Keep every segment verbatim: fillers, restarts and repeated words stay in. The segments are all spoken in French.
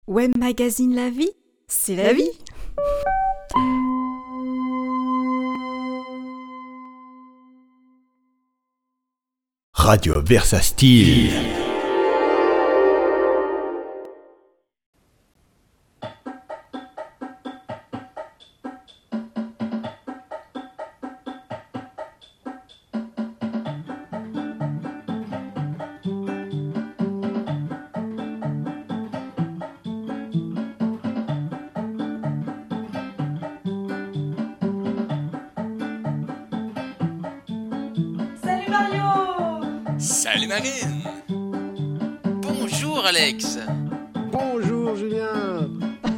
Web Magazine La Vie, c'est la vie. Radio Versastile. Salut Marine! Bonjour Alex! Bonjour Julien!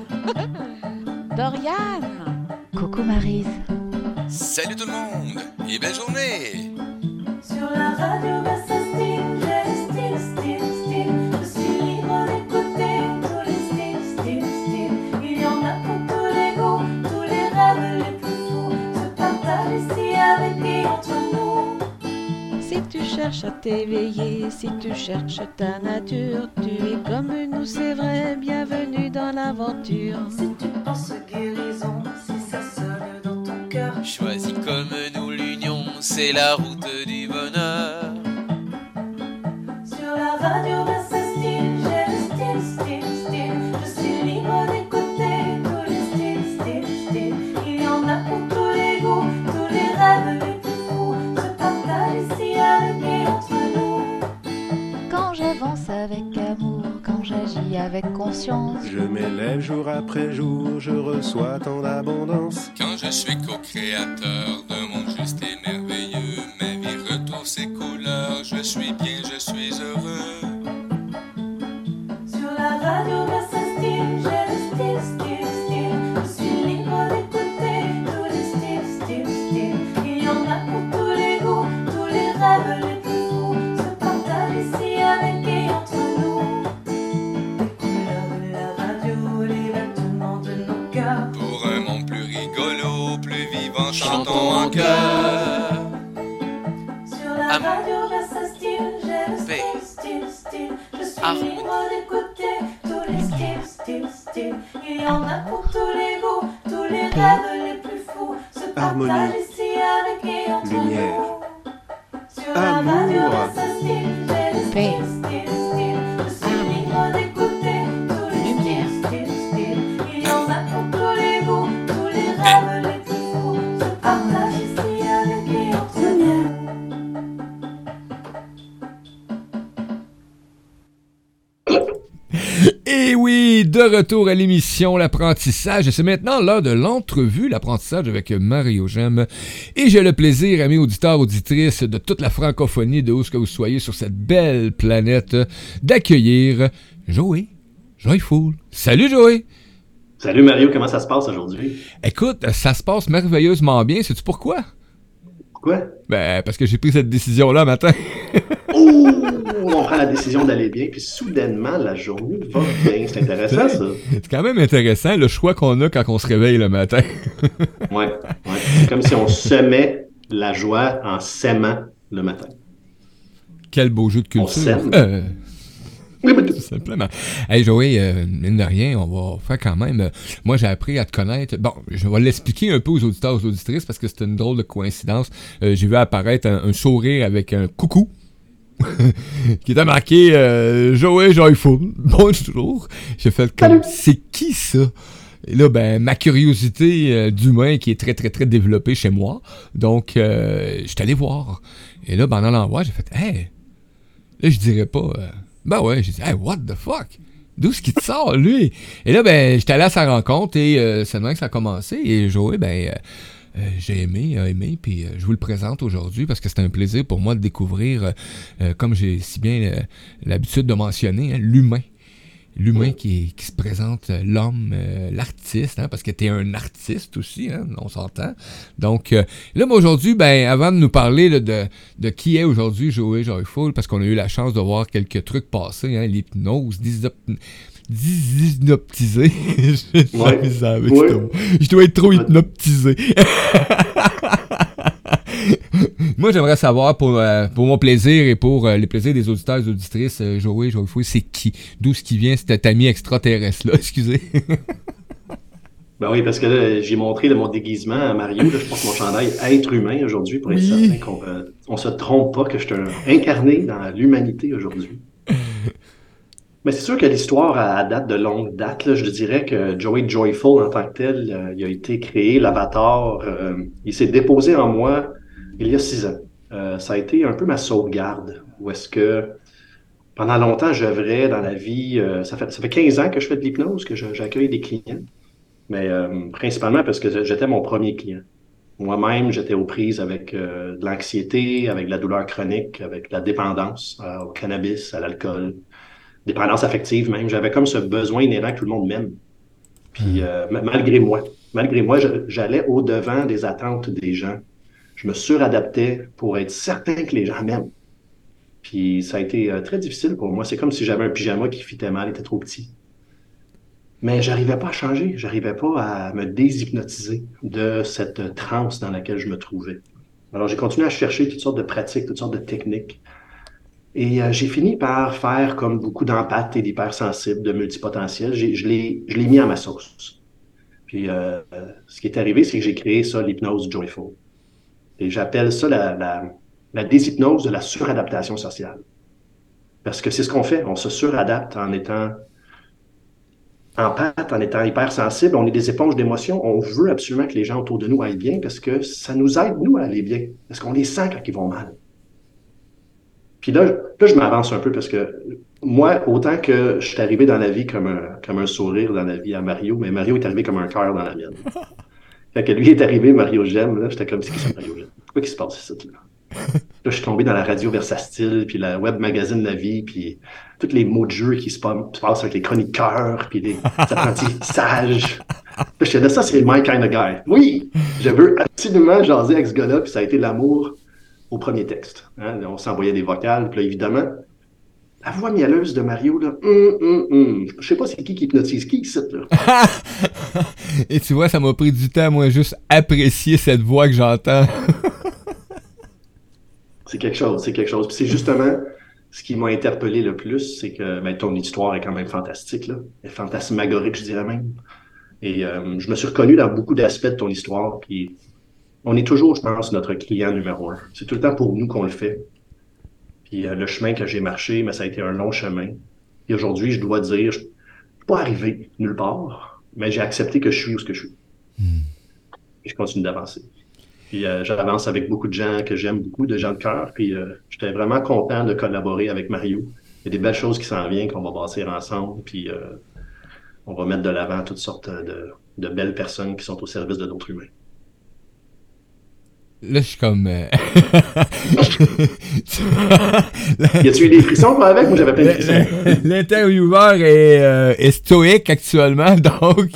Dorian! Coucou Maryse! Salut tout le monde! Et belle journée! Sur la radio Versastile, j'ai le style, style, style. Je suis libre d'écouter tous les styles, styles, styles. Il y en a pour tous les goûts, tous les rêves les plus fous se partagent ici avec et entre nous. Si tu cherches à t'éveiller, si tu cherches ta nature, tu es comme nous, c'est vrai, bienvenue dans l'aventure. Si tu penses guérison, si ça sonne dans ton cœur, Choisis comme nous l'union, c'est la route du bonheur. sur la radio Versastile, j'ai le style, style, style. Je suis libre d'écouter tous les styles, styles, styles. Il y en a pour tous les goûts, tous les rêves les plus fous se partagent ici avec et entre nous. Quand j'avance avec amour, quand j'agis avec conscience, Je m'élève jour après jour, je reçois tant d'abondance. Quand je suis co-créateur d'un monde juste et merveilleux, ma vie retrouve ses couleurs, je suis bien, je suis heureux. Sur la radio Versastile, j'ai le style, style, style. Je suis libre d'écouter tous les styles, styles, styles. Il y en a pour tous les goûts, tous les rêves les plus fous se partagent ici avec et entre nous. Les couleurs de la radio, les battements de nos cœurs. Pour un monde plus rigolo, plus vivant, chantons en chœur. Sur la Am- radio Versastile, j'ai le Paix. style, style, style. Je suis Harmonie. libre d'écouter tous les styles, styles, styles. Il y en a pour tous les goûts, tous les rêves les plus fous se Harmonie. partagent ici avec et entre Lumière. nous. Sur la Amour. radio Versastile, j'ai le Paix. style, style, style. Je suis Harmonie. libre d'écouter tous les Lumière. styles, styles, styles. Il y en a pour tous les goûts, tous les rêves les plus fous se partagent ici avec et entre nous. Et oui, de retour à l'émission L'apprentissage. Et c'est maintenant l'heure de l'entrevue, l'apprentissage avec Mario Gem. Et j'ai le plaisir, amis auditeurs, auditrices de toute la francophonie, de où ce que vous soyez sur cette belle planète, d'accueillir Joey Joyful. Salut Joey! Salut Mario, comment ça se passe aujourd'hui? Écoute, ça se passe merveilleusement bien. Sais-tu pourquoi? Quoi? Ben, parce que j'ai pris cette décision-là matin. Ouh! On prend la décision d'aller bien, puis soudainement, la journée va bien. C'est intéressant, ça. C'est quand même intéressant, le choix qu'on a quand on se réveille le matin. Ouais, ouais. C'est comme si on semait la joie en s'aimant le matin. Quel beau jeu de culture. On s'aime. Euh, tout simplement. Hey Joey, euh, mine de rien, on va faire quand même... euh, moi, j'ai appris à te connaître. Bon, je vais l'expliquer un peu aux auditeurs, aux auditrices, parce que c'est une drôle de coïncidence. Euh, j'ai vu apparaître un, un sourire avec un coucou. qui était marqué euh, Joey Joyful. Bonjour. J'ai fait comme, c'est qui ça? Et là, ben, ma curiosité euh, d'humain qui est très, très, très développée chez moi. Donc, euh, je suis allé voir. Et là, ben, dans l'envoi, j'ai fait, hey, là, je dirais pas, euh, ben ouais, j'ai dit, hey, what the fuck? D'où est-ce qu'il te sort, lui? Et là, ben, j'étais allé à sa rencontre et euh, c'est là que ça a commencé. Et Joey, ben, euh, Euh, j'ai aimé, a aimé, puis euh, je vous le présente aujourd'hui parce que c'est un plaisir pour moi de découvrir, euh, euh, comme j'ai si bien euh, l'habitude de mentionner, hein, l'humain. L'humain qui, qui se présente, euh, l'homme, euh, l'artiste, hein, parce que t'es un artiste aussi, hein, on s'entend. Donc, euh, là, moi, aujourd'hui, ben, avant de nous parler là, de, de qui est aujourd'hui Joey Joyful, parce qu'on a eu la chance de voir quelques trucs passer, hein, l'hypnose, dysop- dyshypnotisé. Je Ouais. ouais. ça avec Ouais. ce mot. Je dois être trop hypnotisé. Moi, j'aimerais savoir, pour, euh, pour mon plaisir et pour euh, les plaisirs des auditeurs et des auditrices, euh, Joey, Joey Fouille, c'est qui? D'où ce qui vient, cet ami extraterrestre-là? Excusez. Ben oui, parce que là, j'ai montré là, mon déguisement à Mario. Là, je porte mon chandail être humain aujourd'hui pour être Oui. certain qu'on euh, on se trompe pas, que je suis un- incarné dans l'humanité aujourd'hui. Mais c'est sûr que l'histoire à, à date de longue date, là, je dirais que Joey Joyful en tant que tel, euh, il a été créé, l'avatar, euh, il s'est déposé en moi il y a six ans. Euh, ça a été un peu ma sauvegarde, où est-ce que pendant longtemps j'œuvrais dans la vie, euh, ça fait, ça fait quinze ans que je fais de l'hypnose, que je- j'accueille des clients, mais euh, principalement parce que j'étais mon premier client. Moi-même, j'étais aux prises avec euh, de l'anxiété, avec de la douleur chronique, avec de la dépendance euh, au cannabis, à l'alcool, dépendance affective même. J'avais comme ce besoin inhérent que tout le monde m'aime. Puis euh, ma- malgré moi, malgré moi, je- j'allais au-devant des attentes des gens. Je me suradaptais pour être certain que les gens m'aiment. Puis ça a été euh, très difficile pour moi. C'est comme si j'avais un pyjama qui fitait mal, était trop petit. Mais j'arrivais pas à changer, j'arrivais pas à me déshypnotiser de cette transe dans laquelle je me trouvais. Alors j'ai continué à chercher toutes sortes de pratiques, toutes sortes de techniques. Et euh, j'ai fini par faire comme beaucoup d'empathes et d'hypersensibles, de multipotentiels. J'ai- Je l'ai, je l'ai mis à ma sauce. Puis euh, euh, ce qui est arrivé, c'est que j'ai créé ça, l'hypnose joyful. Et j'appelle ça la, la, la déshypnose de la suradaptation sociale. Parce que c'est ce qu'on fait, on se suradapte en étant empathe, en étant hypersensible. On est des éponges d'émotions. On veut absolument que les gens autour de nous aillent bien parce que ça nous aide, nous, à aller bien. Parce qu'on les sent quand ils vont mal. Puis là, là, je m'avance un peu parce que moi, autant que je suis arrivé dans la vie comme un, comme un sourire dans la vie à Mario, mais Mario est arrivé comme un cœur dans la mienne. Fait que lui est arrivé, Mario j'aime, là, j'étais comme, c'est qui ça, Mario j'aime? Pourquoi qu'il se passe ici, là? Là, je suis tombé dans la radio Versastile, puis la web magazine La Vie, puis tous les mots de jeu qui se pa- se passent avec les chroniqueurs, puis les apprentissages. Là, je suis là, ça, c'est my kind of guy. Oui, je veux absolument jaser avec ce gars-là, puis ça a été l'amour au premier texte. Hein. On s'envoyait des vocales, puis là, évidemment, la voix mielleuse de Mario, là, hum, hum, hum. Je sais pas c'est qui qui hypnotise qui ici, là. Et tu vois, ça m'a pris du temps, moi, juste apprécier cette voix que j'entends. C'est quelque chose, c'est quelque chose. Puis c'est justement ce qui m'a interpellé le plus, c'est que ben, ton histoire est quand même fantastique, là. Elle est fantasmagorique, je dirais même. Et euh, je me suis reconnu dans beaucoup d'aspects de ton histoire. Puis on est toujours, je pense, notre client numéro un. C'est tout le temps pour nous qu'on le fait. Puis euh, le chemin que j'ai marché, mais ça a été un long chemin. Et aujourd'hui, je dois dire, je ne suis pas arrivé nulle part, mais j'ai accepté que je suis où ce que je suis. Mm. Et je continue d'avancer. Puis euh, j'avance avec beaucoup de gens que j'aime beaucoup, de gens de cœur. Puis euh, j'étais vraiment content de collaborer avec Mario. Il y a des belles choses qui s'en viennent, qu'on va bâtir ensemble. Puis euh, on va mettre de l'avant toutes sortes de, de belles personnes qui sont au service de d'autres humains. Là, je suis comme... euh, Y a-tu eu des frissons, toi, avec? Moi, j'avais plein de frissons. L'intervieweur est, euh, est stoïque actuellement, donc...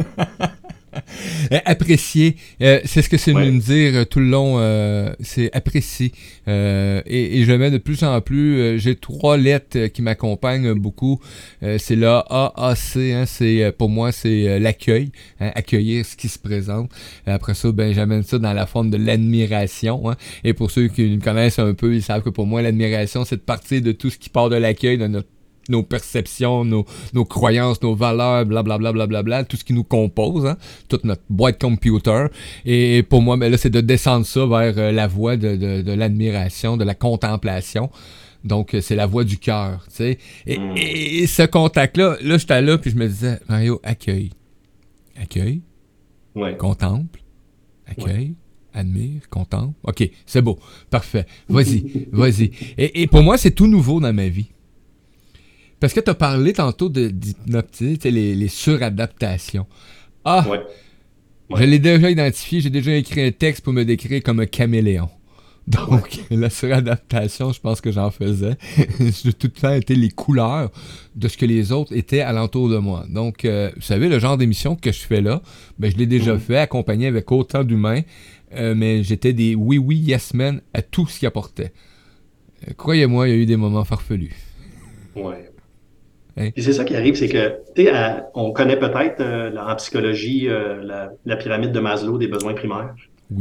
apprécier, euh, c'est ce que c'est venu Ouais. me dire euh, tout le long, euh, c'est apprécier. Euh, et, et je le mets de plus en plus. Euh, j'ai trois lettres euh, qui m'accompagnent beaucoup. Euh, c'est le A A C, hein, c'est, euh, pour moi, c'est euh, l'accueil, hein, accueillir ce qui se présente. Et après ça, ben, j'amène ça dans la forme de l'admiration. Hein. Et pour ceux qui me connaissent un peu, ils savent que pour moi, l'admiration, c'est de partir de tout ce qui part de l'accueil, de notre nos perceptions, nos, nos croyances, nos valeurs, blablabla, bla, bla, bla, tout ce qui nous compose, hein, toute notre boîte computer. Et pour moi, ben là, c'est de descendre ça vers euh, la voie de, de, de l'admiration, de la contemplation. Donc, euh, c'est la voie du cœur, tu sais. Et, Mm. et, et ce contact-là, là, j'étais là, puis je me disais, Mario, accueille. Accueille, Ouais. contemple, accueille. Admire, contemple. OK, c'est beau. Parfait. Vas-y, vas-y. Et, et pour moi, c'est tout nouveau dans ma vie. Parce que tu as parlé tantôt de, d'hypnotiser, tu sais, les, les suradaptations. Ah, Ouais. je l'ai déjà identifié, j'ai déjà écrit un texte pour me décrire comme un caméléon. Donc, la suradaptation, je pense que j'en faisais. J'ai tout le temps été les couleurs de ce que les autres étaient alentour de moi. Donc, euh, vous savez, le genre d'émission que je fais là, ben, je l'ai déjà Mhm. fait, accompagné avec autant d'humains, euh, mais j'étais des oui-oui, yes-men à tout ce qui apportait. Euh, croyez-moi, il y a eu des moments farfelus. Ouais. Hein? Puis c'est ça qui arrive, c'est que, tu sais, à- on connaît peut-être euh, en psychologie euh, la, la pyramide de Maslow des besoins primaires. Oui.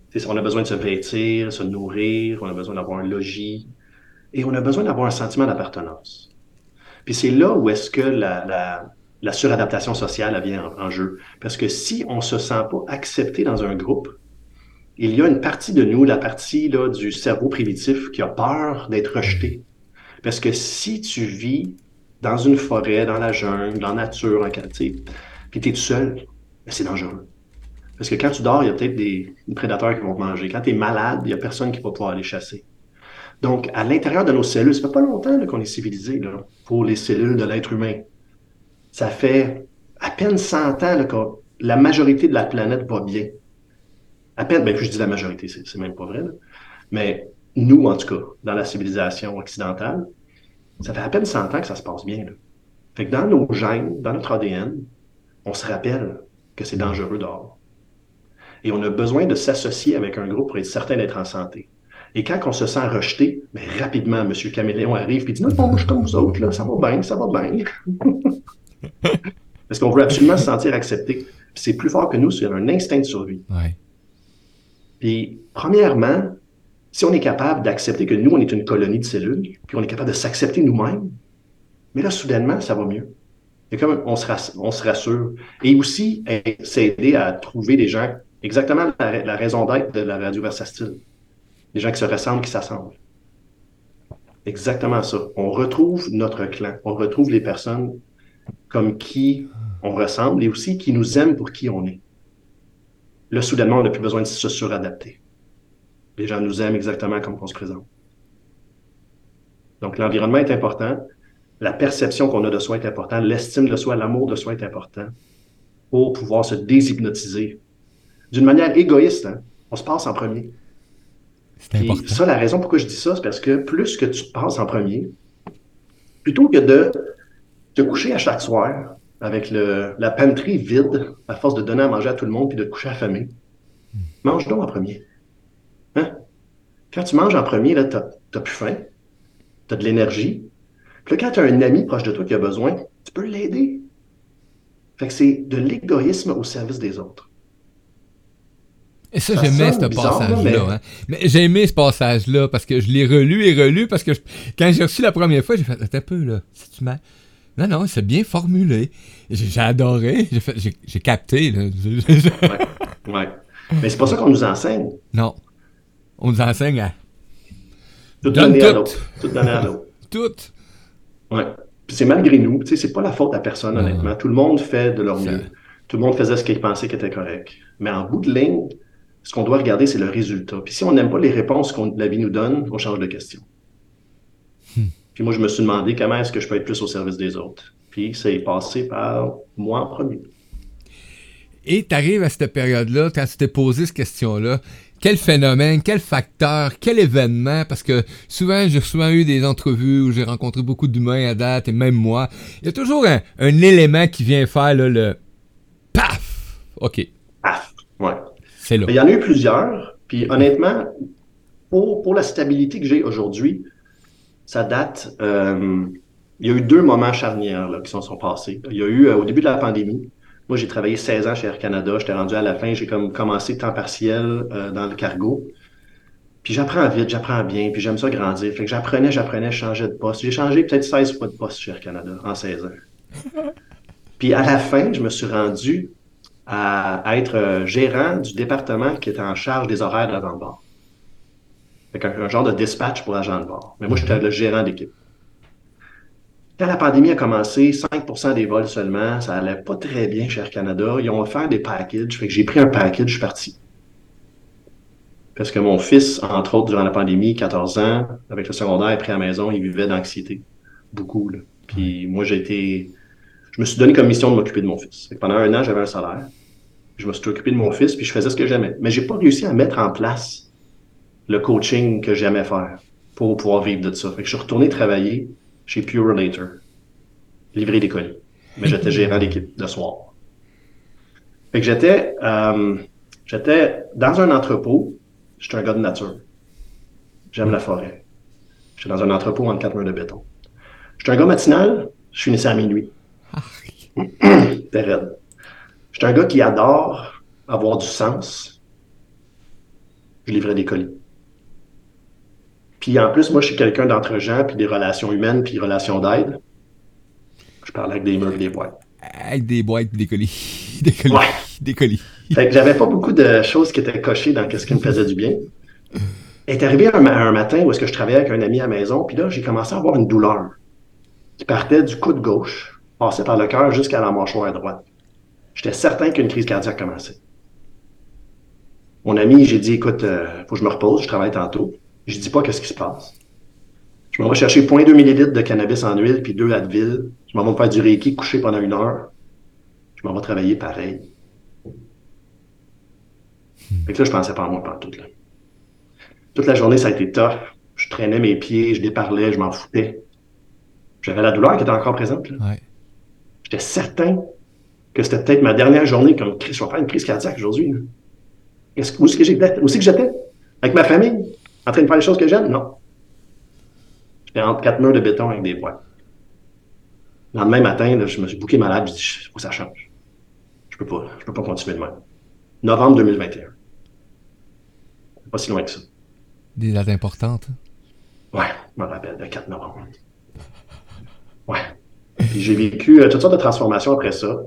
C'est ça, on a besoin de se vêtir, se nourrir, on a besoin d'avoir un logis et on a besoin d'avoir un sentiment d'appartenance. Puis c'est là où est-ce que la, la, la suradaptation sociale elle vient en, en jeu. Parce que si on se sent pas accepté dans un groupe, il y a une partie de nous, la partie là, du cerveau primitif qui a peur d'être rejeté. Parce que si tu vis dans une forêt, dans la jungle, dans la nature, en quartier, puis tu es tout seul, ben c'est dangereux. Parce que quand tu dors, il y a peut-être des, des prédateurs qui vont te manger. Quand tu es malade, il n'y a personne qui va pouvoir aller chasser. Donc, à l'intérieur de nos cellules, ça fait pas longtemps là, qu'on est civilisé là, pour les cellules de l'être humain. Ça fait à peine cent ans là, que la majorité de la planète va bien. À peine, ben, puis je dis la majorité, c'est, c'est même pas vrai. Là. Mais nous, en tout cas, dans la civilisation occidentale, ça fait à peine cent ans que ça se passe bien. Là. Fait que dans nos gènes, dans notre A D N, on se rappelle que c'est dangereux dehors. Et on a besoin de s'associer avec un groupe pour être certain d'être en santé. Et quand on se sent rejeté, ben, rapidement, M. Caméléon arrive et dit « Non, non, moi, je suis comme vous autres, là, ça va bien, ça va bien. » Parce qu'on veut absolument se sentir accepté. Puis c'est plus fort que nous, c'est un instinct de survie. Ouais. Puis, premièrement, si on est capable d'accepter que nous, on est une colonie de cellules, puis on est capable de s'accepter nous-mêmes, mais là, soudainement, ça va mieux. Et comme on se, rass- on se rassure. Et aussi, s'aider à trouver des gens, exactement la, la raison d'être de la radio Versastile. Des gens qui se ressemblent, qui s'assemblent. Exactement ça. On retrouve notre clan. On retrouve les personnes comme qui on ressemble et aussi qui nous aiment pour qui on est. Là, soudainement, on n'a plus besoin de se suradapter. Les gens nous aiment exactement comme on se présente. Donc, l'environnement est important. La perception qu'on a de soi est importante. L'estime de soi, l'amour de soi est important pour pouvoir se déshypnotiser. D'une manière égoïste, hein? On se passe en premier. C'est Puis important. ça, la raison pourquoi je dis ça, c'est parce que plus que tu te passes en premier, plutôt que de te coucher à chaque soir avec le, la pantry vide, à force de donner à manger à tout le monde puis de te coucher affamé, mange donc en premier. Hein? Quand tu manges en premier, là, t'as, t'as plus faim, t'as de l'énergie. Puis là, quand tu as un ami proche de toi qui a besoin, tu peux l'aider. Fait que c'est de l'égoïsme au service des autres. Et ça, Ça j'aimais sonne ce bizarre, passage-là. mais- Hein. Mais j'ai aimé ce passage-là parce que je l'ai relu et relu parce que je- quand j'ai reçu la première fois, j'ai fait attends un peu là, c'est tu mal. Non, non, c'est bien formulé. J'ai, j'ai adoré, j'ai, fait, j'ai, j'ai capté. Là. Ouais, ouais. Mais c'est pas ça qu'on nous enseigne. Non. On nous enseigne à Tout Donne donner à tout. l'autre. Tout donner à l'autre. tout. Ouais. Puis c'est malgré nous. Tu sais, c'est pas la faute à personne, Non. honnêtement. Tout le monde fait de leur Ça- mieux. Tout le monde faisait ce qu'il pensait qui était correct. Mais en bout de ligne, ce qu'on doit regarder, c'est le résultat. Puis si on n'aime pas les réponses que la vie nous donne, on change de question. Hmm. Puis moi, je me suis demandé comment est-ce que je peux être plus au service des autres. Puis c'est passé par moi en premier. Et tu arrives à cette période-là, quand tu t'es posé cette question-là, quel phénomène, quel facteur, quel événement, parce que souvent, j'ai souvent eu des entrevues où j'ai rencontré beaucoup d'humains à date, et même moi, il y a toujours un, un élément qui vient faire là, le paf! OK, Paf! Ouais. c'est là. Il y en a eu plusieurs. Puis honnêtement, pour, pour la stabilité que j'ai aujourd'hui, ça date. euh, il y a eu deux moments charnières là, qui sont, sont passés. Il y a eu euh, au début de la pandémie. Moi, j'ai travaillé seize ans chez Air Canada. J'étais rendu à la fin. J'ai comme commencé temps partiel euh, dans le cargo. Puis j'apprends vite, j'apprends bien. Puis j'aime ça grandir. Fait que j'apprenais, j'apprenais, je changeais de poste. J'ai changé peut-être seize fois de poste chez Air Canada en seize ans. Puis à la fin, je me suis rendu à, à être euh, gérant du département qui était en charge des horaires d'agent de bord. Fait qu'un un genre de dispatch pour agent de bord. Mais moi, j'étais le gérant d'équipe. Quand la pandémie a commencé, cinq pour cent des vols seulement, ça allait pas très bien chez Air Canada. Ils ont offert des packages. Fait que j'ai pris un package, je suis parti. Parce que mon fils, entre autres, durant la pandémie, quatorze ans, avec le secondaire, pris à la maison, il vivait d'anxiété. Beaucoup, là. Puis moi, j'ai été... Je me suis donné comme mission de m'occuper de mon fils. Fait que pendant un an, j'avais un salaire. Je me suis occupé de mon fils, puis je faisais ce que j'aimais. Mais j'ai pas réussi à mettre en place le coaching que j'aimais faire pour pouvoir vivre de ça. Fait que je suis retourné travailler chez Purelator, livrer des colis. Mais j'étais gérant d'équipe de soir. Fait que j'étais, euh, j'étais dans un entrepôt. J'étais un gars de nature. J'aime la forêt. J'étais dans un entrepôt entre quatre murs de béton. J'étais un gars matinal. Je finissais à minuit. C'était raide. J'étais un gars qui adore avoir du sens. Je livrais des colis. Puis en plus, moi, je suis quelqu'un d'entre-gens, puis des relations humaines, puis relations d'aide. Je parlais avec des murs et des boîtes. Avec des boîtes, des colis. Des colis. Ouais. Des colis. Fait que j'avais pas beaucoup de choses qui étaient cochées dans ce qui me faisait du bien. Est arrivé un, un matin où est-ce que je travaillais avec un ami à la maison, puis là, j'ai commencé à avoir une douleur qui partait du coude gauche, passait par le cœur jusqu'à la mâchoire droite. J'étais certain qu'une crise cardiaque commençait. Mon ami, j'ai dit, écoute, euh, faut que je me repose, je travaille tantôt. Je dis pas qu'est-ce qui se passe. Je m'en vais chercher zéro virgule deux millilitres de cannabis en huile, puis deux Advil. Je m'en vais me faire du Reiki, coucher pendant une heure. Je m'en vais travailler pareil. Fait que là, je pensais pas à moi pendant tout, là. Toute la journée, ça a été tough. Je traînais mes pieds, je déparlais, je m'en foutais. J'avais la douleur qui était encore présente, là. Ouais. J'étais certain que c'était peut-être ma dernière journée comme crise. Je vais faire une crise cardiaque aujourd'hui, là. Est-ce que, où est-ce que j'étais? Où est-ce que j'étais? Avec ma famille? En train de faire les choses que j'aime? Non. J'étais entre quatre murs de béton avec des boîtes. Le lendemain matin, là, je me suis bouqué malade. Je dis, il faut que ça change. Je peux pas. Je peux pas continuer de même. Novembre deux mille vingt et un. Pas si loin que ça. Des dates importantes. Ouais, je me rappelle, le quatre novembre. Ouais. Puis j'ai vécu euh, toutes sortes de transformations après ça.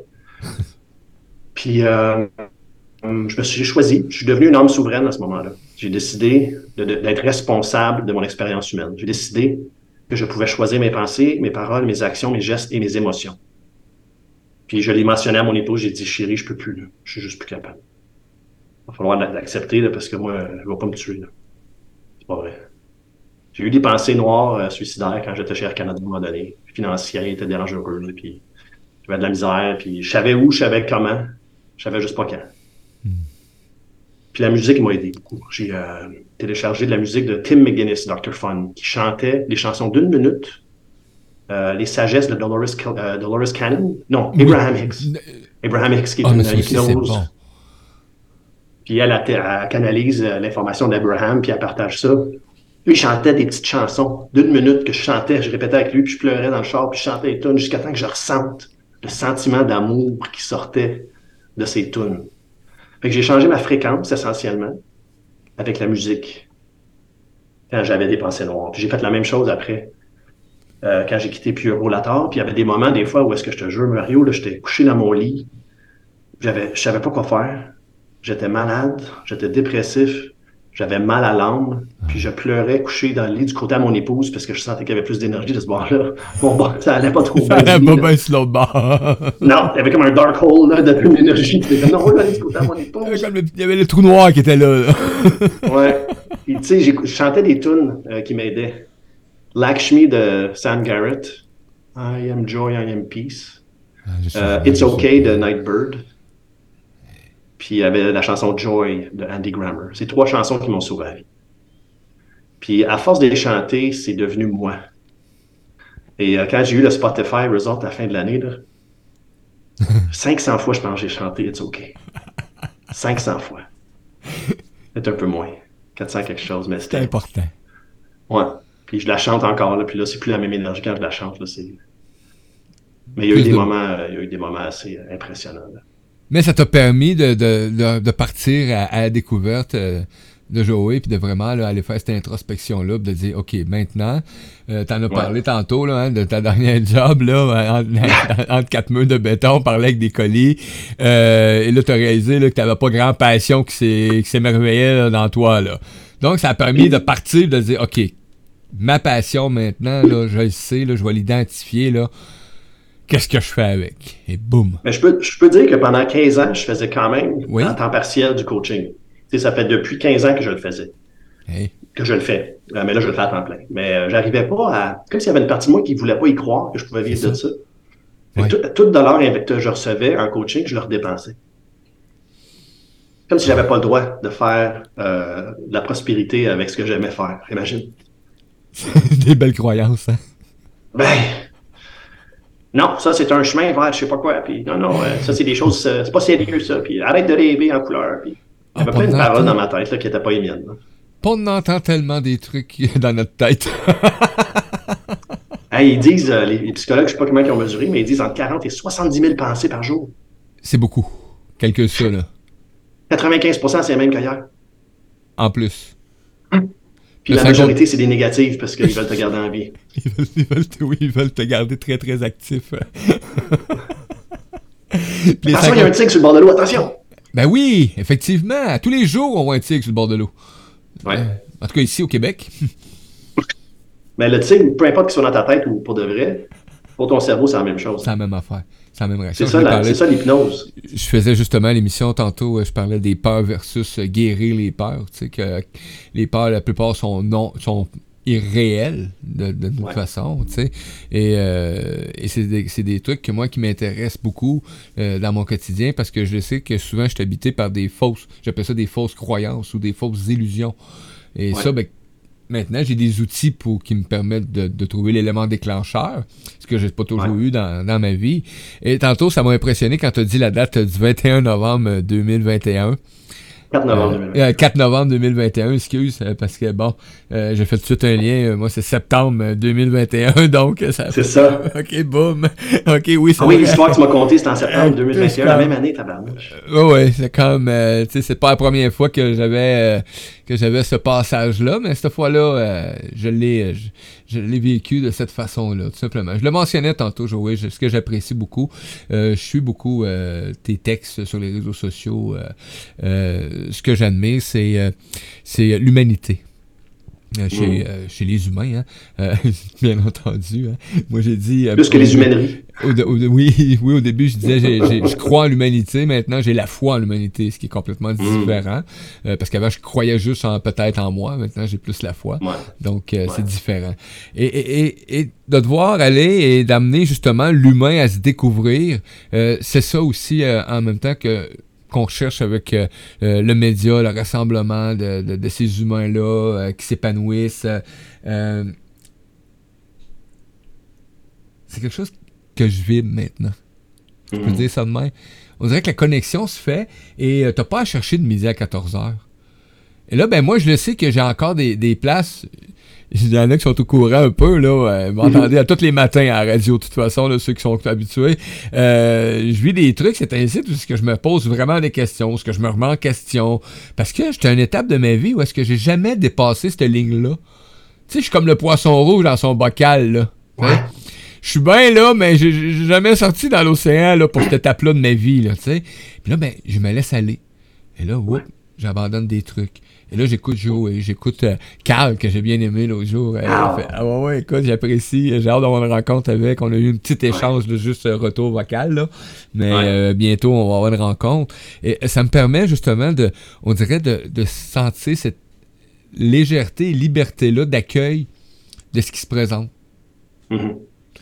Puis euh, je me suis j'ai choisi. Je suis devenu une âme souveraine à ce moment-là. J'ai décidé de, de, d'être responsable de mon expérience humaine. J'ai décidé que je pouvais choisir mes pensées, mes paroles, mes actions, mes gestes et mes émotions. Puis je l'ai mentionné à mon épouse, j'ai dit, chérie, je peux plus, là. Je suis juste plus capable. Il va falloir l'accepter, là, parce que moi, je ne vais pas me tuer, là. C'est pas vrai. J'ai eu des pensées noires, euh, suicidaires, quand j'étais chez Air Canada à un moment donné. Financière, était dangereux, là, puis j'avais de la misère, puis je savais où, je savais comment, je savais juste pas quand. Mm. Puis la musique m'a aidé beaucoup. J'ai euh, téléchargé de la musique de Tim McGuinness, docteur Fun, qui chantait des chansons d'une minute, euh, les sagesses de Dolores, euh, Dolores Cannon. Non, Abraham Hicks. Abraham Hicks, qui est oh, une hypnose. Bon. Puis elle, elle, elle canalise l'information d'Abraham, puis elle partage ça. Lui, il chantait des petites chansons d'une minute que je chantais, je répétais avec lui, puis je pleurais dans le char, puis je chantais les tunes jusqu'à temps que je ressente le sentiment d'amour qui sortait de ces tunes. Fait que j'ai changé ma fréquence, essentiellement, avec la musique, quand j'avais des pensées noires. Puis j'ai fait la même chose après, euh, quand j'ai quitté Pure Rollator, puis il y avait des moments, des fois, où est-ce que je te jure, Mario, là, j'étais couché dans mon lit, j'avais, je savais pas quoi faire. J'étais malade, j'étais dépressif, j'avais mal à l'âme, puis je pleurais couché dans le lit du côté à mon épouse parce que je sentais qu'il y avait plus d'énergie de ce bord-là. Bon, bon, ça allait pas trop bien. Ça allait pas bien sur l'autre bord. Non, il y avait comme un dark hole là, de l'énergie. C'était comme, non, là, du côté à mon épouse. Il y avait le trou noir qui était là. là. Ouais. Puis tu sais, je chantais des tunes euh, qui m'aidaient. Lakshmi de Sam Garrett. I am joy, I am peace. Ah, uh, It's okay de Nightbird. Puis il y avait la chanson Joy de Andy Grammer. C'est trois chansons qui m'ont sauvé la vie. Puis à force de les chanter, c'est devenu moi. Et euh, quand j'ai eu le Spotify Result à la fin de l'année, là, cinq cents fois, je pense, j'ai chanté It's OK. cinq cents fois. C'est un peu moins. quatre cents quelque chose, mais c'était... C'est important. Ouais. Puis je la chante encore, là. Puis là, c'est plus la même énergie quand je la chante, là. C'est... Mais il y a eu des de... moments, euh, il y a eu des moments assez euh, impressionnants, là. Mais ça t'a permis de, de, de, de partir à, à la découverte euh, de Joey, puis de vraiment là, aller faire cette introspection-là, puis de dire, OK, maintenant, euh, t'en as ouais. parlé tantôt là, hein, de ta dernière job, là, entre, entre quatre murs de béton, on parlait avec des colis, euh, et là, t'as réalisé là, que t'avais pas grand passion qui, s'est, qui s'émerveillait là, dans toi. Là. Donc, ça a permis de partir, de dire, OK, ma passion maintenant, là, je le sais, là, je vais l'identifier, là. Qu'est-ce que je fais avec? Et boum! Mais je peux, je peux dire que pendant quinze ans, je faisais quand même oui? en temps partiel du coaching. Tu sais, ça fait depuis quinze ans que je le faisais. Hey. Que je le fais. Euh, mais là, je le fais à temps plein. Mais euh, j'arrivais pas à... Comme s'il y avait une partie de moi qui voulait pas y croire que je pouvais vivre ça. de ça. Oui. Tout, tout dollar que je recevais en coaching, je le redépensais. Comme si j'avais pas le droit de faire euh, de la prospérité avec ce que j'aimais faire. Imagine. Des belles croyances, hein? Ben... Non, ça, c'est un chemin vers je sais pas quoi. Puis non, non, euh, ça, c'est des choses... Euh, c'est pas sérieux, ça. Puis arrête de rêver en couleur. Puis il y avait ah, plein de paroles dans ma tête là, qui n'étaient pas les miennes. Là. On entend tellement des trucs dans notre tête. Hey, ils disent, euh, les, les psychologues, je sais pas comment ils ont mesuré, mais ils disent entre quarante et soixante-dix mille pensées par jour. C'est beaucoup. Quelque ça, là. quatre-vingt-quinze pour cent, c'est même qu'ailleurs. en plus. Puis Le la cinquante- majorité, c'est des négatives parce qu'ils veulent te garder en vie. Ils veulent, ils veulent te, oui, ils veulent te garder très, très actif. Puis les Attention, il y a un cinquante- tigre sur le bord de l'eau, attention! Ben oui, effectivement. Tous les jours, on voit un tigre sur le bord de l'eau. Ouais. Euh, en tout cas, ici, au Québec. Mais le tigre, peu importe qu'il soit dans ta tête ou pour de vrai, pour ton cerveau, c'est la même chose. C'est la même affaire. C'est la même réaction. C'est Je ça, l'ai la- parlé- c'est ça l'hypnose. Je faisais justement l'émission tantôt, euh, je parlais des peurs versus euh, guérir les peurs. Tu sais, que les peurs, la plupart sont non, sont irréelles de, de toute Ouais. façon, tu sais. Et, euh, et c'est des, c'est des trucs que moi qui m'intéressent beaucoup euh, dans mon quotidien parce que je sais que souvent je suis habité par des fausses, j'appelle ça des fausses croyances ou des fausses illusions. Et Ouais. ça, ben, maintenant, j'ai des outils pour qui me permettent de, de trouver l'élément déclencheur, ce que j'ai pas toujours Ouais. eu dans, dans ma vie. Et tantôt, ça m'a impressionné quand tu as dit la date du vingt et un novembre deux mille vingt et un. quatre novembre deux mille vingt. Euh, quatre novembre deux mille vingt et un, excuse, euh, parce que bon, euh, j'ai fait tout de suite un lien. euh, moi, c'est septembre euh, deux mille vingt et un, donc euh, ça C'est fait- ça. OK, boum. OK, oui, c'est Ah oui, vrai. l'histoire que tu m'as contée, c'était en septembre deux mille vingt et un, la Euh, même année, tabarnouche. Ouais, ouais, c'est comme, euh, tu sais, c'est pas la première fois que j'avais euh, que j'avais ce passage-là, mais cette fois-là, euh, je l'ai euh, je, je l'ai vécu de cette façon-là, tout simplement. Je le mentionnais tantôt, Joey, je- ce que j'apprécie beaucoup. Euh, je suis beaucoup euh, tes textes sur les réseaux sociaux. Euh, euh, ce que j'admire, c'est euh, c'est l'humanité. Euh, chez, Mm. euh, chez les humains, hein. Euh, bien entendu. Hein. Moi, j'ai dit... euh, Plus que les humaineries. au de- au de- oui, oui, au début, je disais, j'ai- j'ai- je crois en l'humanité. Maintenant, j'ai la foi en l'humanité, ce qui est complètement différent. Euh, parce qu'avant, je croyais juste en peut-être en moi. Maintenant, j'ai plus la foi. Ouais. Donc, euh, Ouais. c'est différent. Et, et, et, et de devoir aller et d'amener justement l'humain à se découvrir, euh, c'est ça aussi euh, en même temps que qu'on cherche avec euh, euh, le média, le rassemblement de, de, de ces humains-là euh, qui s'épanouissent. euh, euh, c'est quelque chose que je vis maintenant. Je peux Mhm. dire ça de même. On dirait que la connexion se fait et euh, t'as pas à chercher de midi à quatorze heures. Et là, ben moi, je le sais que j'ai encore des, des places. Il y en a qui sont au courant un peu, là. Euh, vous m'entendez à tous les matins à la radio, de toute façon, là, ceux qui sont habitués. Euh, je vis des trucs, c'est ainsi, où est-ce que je me pose vraiment des questions, ce que je me remets en question. Parce que j'étais à une étape de ma vie où est-ce que j'ai jamais dépassé cette ligne-là. Tu sais, je suis comme le poisson rouge dans son bocal, là. Tu sais. Ouais. Je suis bien là, mais j'ai j'ai jamais sorti dans l'océan là, pour cette étape-là de ma vie, là, tu sais. Puis là, ben, je me laisse aller. Et là, whoop, j'abandonne des trucs. Et là, j'écoute Joe et j'écoute euh, Carl, que j'ai bien aimé l'autre jour. Elle Ah. fait, ah ouais, ouais, écoute, j'apprécie. J'ai hâte d'avoir une rencontre avec. On a eu un petit échange de juste euh, retour vocal, là. Mais Ouais. euh, bientôt, on va avoir une rencontre. Et euh, ça me permet justement de, on dirait, de, de sentir cette légèreté et liberté-là d'accueil de ce qui se présente. Mhm.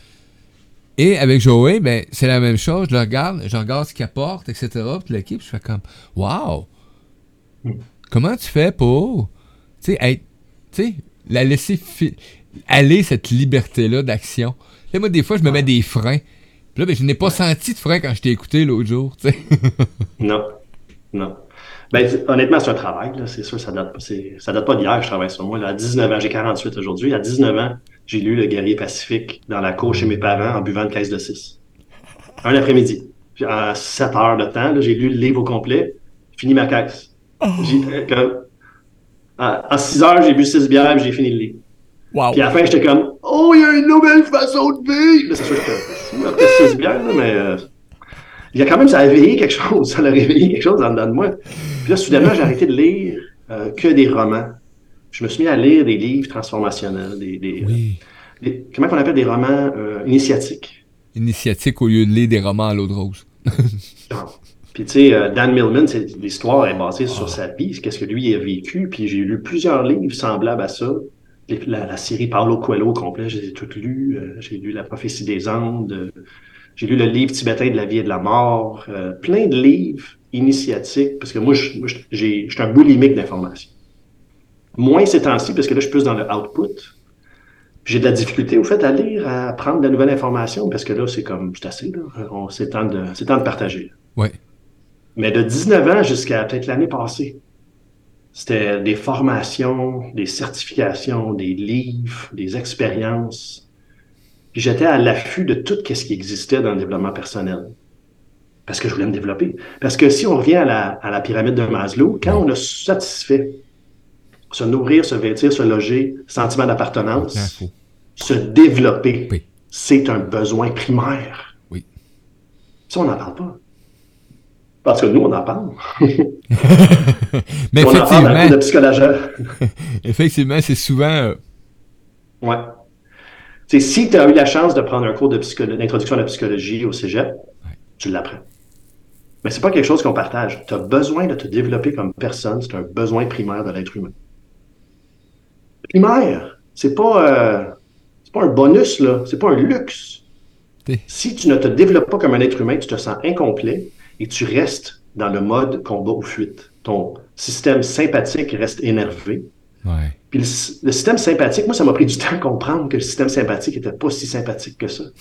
Et avec Joey, ben, c'est la même chose. Je le regarde, je regarde ce qu'il apporte, et cetera. Puis l'équipe, je fais comme, wow! Mm. Comment tu fais pour, tu sais, être, tu sais, la laisser fi- aller cette liberté-là d'action? Tu sais, moi, des fois, je me mets des freins. Puis là, ben, je n'ai pas senti de frein quand je t'ai écouté l'autre jour, tu sais. Non. Non. Ben, c'est- honnêtement, c'est un travail, là. C'est sûr, ça date pas, c'est- ça date pas d'hier, je travaille sur moi, là. À dix-neuf ans, j'ai quarante-huit aujourd'hui. À dix-neuf ans, j'ai lu Le Guerrier Pacifique dans la cour chez mes parents en buvant une caisse de six. Un après-midi. Puis en sept heures de temps, là, j'ai lu le livre au complet, fini ma caisse. J'ai- euh, comme- en, en six heures, j'ai bu six bières, puis j'ai fini le livre. Wow! Puis à la fin, j'étais comme, oh, il y a une nouvelle façon de vivre! Là, c'est sûr que j'étais fou après six bières, là, mais euh, il y a quand même, ça a réveillé quelque chose, ça a réveillé quelque chose en dedans de moi. Puis là, soudainement, j'ai arrêté de lire euh, que des romans. Je me suis mis à lire des livres transformationnels, des, des, Oui. euh, des- comment on appelle des romans euh, initiatiques. Initiatique au lieu de lire des romans à l'eau de rose. Puis tu sais, euh, Dan Millman, c'est- l'histoire est basée sur sa vie, qu'est-ce que lui a vécu. Puis j'ai lu plusieurs livres semblables à ça. Les- La, la série Paulo Coelho au complet, je les ai toutes lues. Euh, j'ai lu La prophétie des Andes. euh, j'ai lu le livre tibétain de la vie et de la mort. euh, plein de livres initiatiques, parce que moi, je, moi, je, j'ai- je suis un boulimique d'informations. Moins ces temps-ci, parce que là, je suis plus dans le output. J'ai de la difficulté, au fait, à lire, à prendre de la nouvelle information, parce que là, c'est comme, c'est assez, là. On- C'est temps de, c'est temps de partager. Ouais. Mais de dix-neuf ans jusqu'à peut-être l'année passée, c'était des formations, des certifications, des livres, des expériences. Puis j'étais à l'affût de tout ce qui existait dans le développement personnel. Parce que je voulais me développer. Parce que si on revient à la, à la pyramide de Maslow, quand on a satisfait se nourrir, se vêtir, se loger, sentiment d'appartenance, Ah, faut. se développer, Oui. c'est un besoin primaire. Oui. Ça, on n'en parle pas. Parce que nous, on en parle. Mais on en parle dans le effectivement, cours de psychologie. effectivement, c'est souvent. euh, Ouais. Tu sais, si tu as eu la chance de prendre un cours de psycholo- d'introduction à la psychologie au cégep, tu l'apprends. Mais c'est pas quelque chose qu'on partage. Tu as besoin de te développer comme personne. C'est un besoin primaire de l'être humain. Primaire, c'est pas, euh, c'est pas un bonus, là. C'est pas un luxe. T'es- Si tu ne te développes pas comme un être humain, tu te sens incomplet et tu restes dans le mode combat ou fuite. Ton système sympathique reste énervé. Ouais. Puis le, le système sympathique, moi, ça m'a pris du temps à comprendre que le système sympathique n'était pas si sympathique que ça.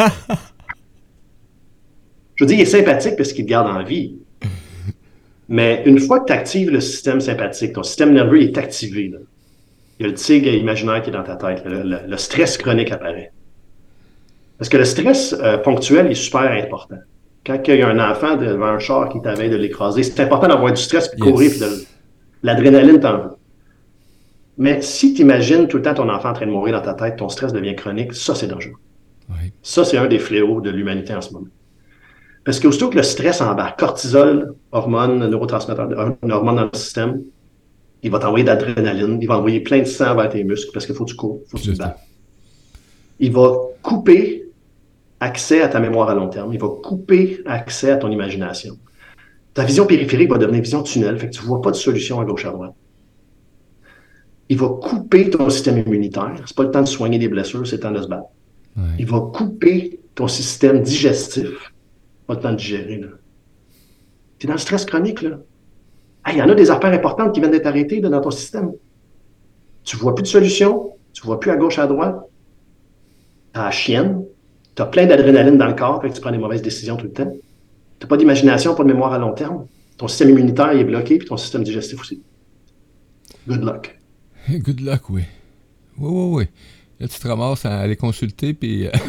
Je veux dire, il est sympathique parce qu'il te garde en vie. Mais une fois que tu actives le système sympathique, ton système nerveux est activé. Là. Il y a le tigre imaginaire qui est dans ta tête. Le, le- le stress chronique apparaît. Parce que le stress euh, ponctuel est super important. Quand il y a un enfant devant un char qui t'avait de l'écraser, c'est important d'avoir du stress, puis de Yes. courir, puis de l'adrénaline t'en veut. Mais si tu imagines tout le temps ton enfant en train de mourir dans ta tête, ton stress devient chronique, ça, c'est dangereux. Ouais. Ça, c'est un des fléaux de l'humanité en ce moment. Parce qu'aussitôt que le stress embarque, cortisol, hormone, neurotransmetteur, une hormone dans le système, il va t'envoyer d'adrénaline, il va envoyer plein de sang vers tes muscles parce qu'il faut que tu cours, il faut que tu te Juste. battes. Il va couper accès à ta mémoire à long terme, il va couper accès à ton imagination. Ta vision périphérique va devenir vision tunnel, fait que tu ne vois pas de solution à gauche à droite. Il va couper ton système immunitaire, c'est pas le temps de soigner des blessures, c'est le temps de se battre. Ouais. Il va couper ton système digestif. Pas le temps de digérer, là. Tu es dans le stress chronique, là. Ah, il y en a des affaires importantes qui viennent d'être arrêtées là, dans ton système. Tu vois plus de solution, tu vois plus à gauche, à droite. T'as la chienne, t'as plein d'adrénaline dans le corps, fait que tu prends des mauvaises décisions tout le temps. T'as pas d'imagination, pas de mémoire à long terme. Ton système immunitaire il est bloqué, puis ton système digestif aussi. Good luck. Good luck, oui. Oui, oui, oui. Là, tu te ramasses à aller consulter, puis. euh,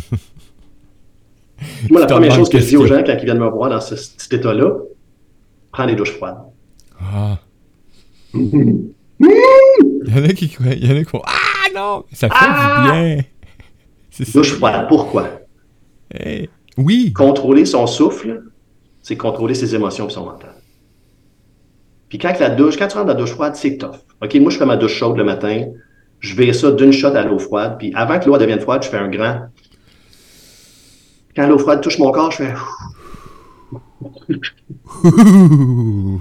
Moi, la Tu te première demandes chose que je dis aux question. gens quand ils viennent me voir dans ce, cet état-là, prends des douches froides. Ah. Il y en a qui, il y en a qui font Ah non! Ça fait Ah! du bien! C'est ça. Douche froide, pourquoi? Hey. Oui! Contrôler son souffle, c'est contrôler ses émotions et son mental. Puis quand la douche, quand tu rentres dans la douche froide, c'est tough. OK, moi, je fais ma douche chaude le matin, je vais ça d'une shot à l'eau froide, puis avant que l'eau devienne froide, je fais un grand. Quand l'eau froide touche mon corps, je fais. Ouh.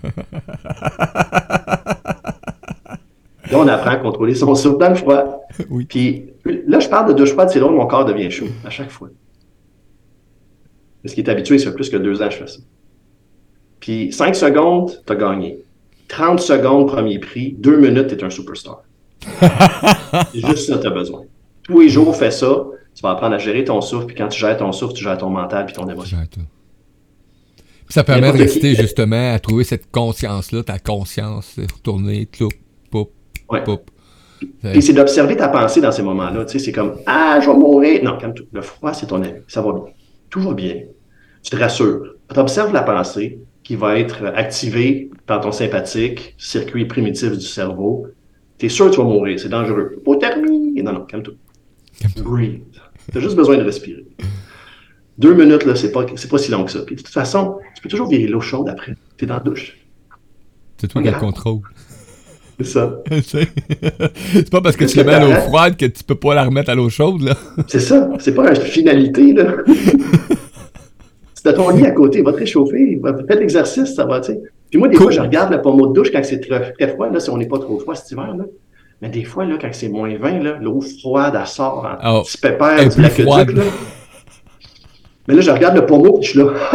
Là, on apprend à contrôler son souffle dans le froid. Oui. Puis là, je parle de douche froide, c'est drôle, mon corps devient chaud à chaque fois. Parce qu'il est habitué, ça fait plus que deux ans que je fais ça. Puis cinq secondes, t'as gagné. trente secondes, premier prix. deux minutes, t'es un superstar. C'est juste ça que t'as besoin. Tous les jours, fais ça. Tu vas apprendre à gérer ton souffle. Puis quand tu gères ton souffle, tu gères ton mental puis ton émotion. Gère tout. Puis ça permet de N'importe rester qui. justement à trouver cette conscience-là, ta conscience, c'est retourner, cloup, poup, Ouais. poup. Et c'est d'observer ta pensée dans ces moments-là. Tu sais, c'est comme Ah, je vais mourir. Non, calme-toi. Le froid, c'est ton ami. Ça va bien. Tout va bien. Tu te rassures. Tu observes la pensée qui va être activée par ton sympathique, circuit primitif du cerveau. Tu es sûr que tu vas mourir. C'est dangereux. Hypothermie. Non, non, calme-toi. Breathe. Tu as juste besoin de respirer. Deux minutes, là, c'est pas, c'est pas si long que ça. Puis de toute façon, tu peux toujours virer l'eau chaude après. Tu es dans la douche. C'est toi qui as le Regarde. contrôle. C'est ça. C'est pas parce que tu la mets à l'eau froide que tu peux pas la remettre à l'eau chaude, là. C'est ça. C'est pas une finalité, là. C'est de ton lit à côté. Va te réchauffer. Va faire de l'exercice, ça va, tu sais. Puis moi, des Cool. fois, je regarde le pommeau de douche quand c'est très, très froid, là, si on n'est pas trop froid cet hiver, là. Mais des fois, là, quand c'est moins vingt, là, l'eau froide, elle sort en Oh, petit pépère elle est du plus laqueduc, froide. là. Mais là, je regarde le pommeau, puis je suis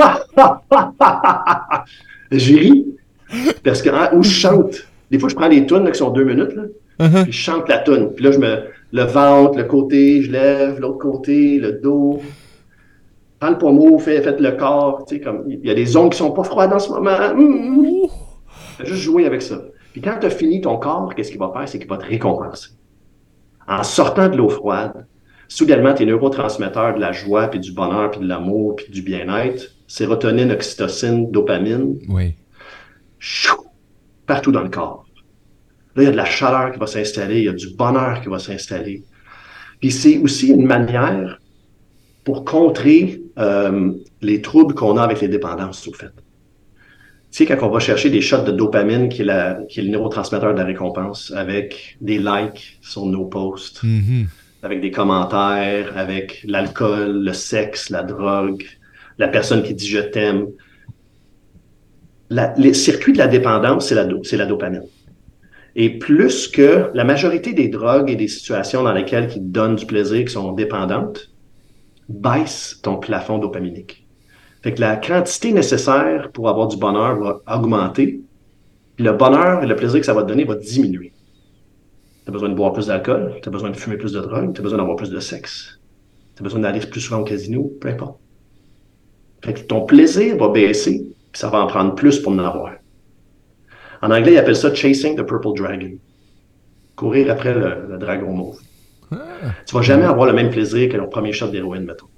là. J'y ris. Parce que, hein, ou je chante. Des fois, je prends des tunes là, qui sont deux minutes, là. Uh-huh. Puis je chante la toune. Puis là, je me. Le ventre, le côté, je lève, l'autre côté, le dos. Prends le pommeau, fais, faites le corps. Tu sais, comme. Il y a des zones qui sont pas froides en ce moment. Mmh. Fais juste jouer avec ça. Puis quand tu as fini ton corps, qu'est-ce qu'il va faire? C'est qu'il va te récompenser. En sortant de l'eau froide, soudainement, tes neurotransmetteurs de la joie, puis du bonheur, puis de l'amour, puis du bien-être, sérotonine, oxytocine, dopamine, Oui. chou, partout dans le corps. Là, il y a de la chaleur qui va s'installer, il y a du bonheur qui va s'installer. Puis c'est aussi une manière pour contrer euh, les troubles qu'on a avec les dépendances, au fait. Tu sais, quand on va chercher des shots de dopamine, qui est, la, qui est le neurotransmetteur de la récompense, avec des likes sur nos posts, Mhm. avec des commentaires, avec l'alcool, le sexe, la drogue, la personne qui dit « je t'aime », la, les circuits de la dépendance, c'est la, do- c'est la dopamine. Et plus que la majorité des drogues et des situations dans lesquelles qui te donnent du plaisir, qui sont dépendantes, baissent ton plafond dopaminique. Fait que la quantité nécessaire pour avoir du bonheur va augmenter, puis le bonheur et le plaisir que ça va te donner va diminuer. Tu as besoin de boire plus d'alcool, tu as besoin de fumer plus de drogue, tu as besoin d'avoir plus de sexe, tu as besoin d'aller plus souvent au casino, peu importe. Fait que ton plaisir va baisser, puis ça va en prendre plus pour en avoir. En anglais, ils appellent ça chasing the purple dragon. Courir après le, le dragon mauve. Ah. Tu vas jamais avoir le même plaisir que le premier shot d'héroïne, mettons.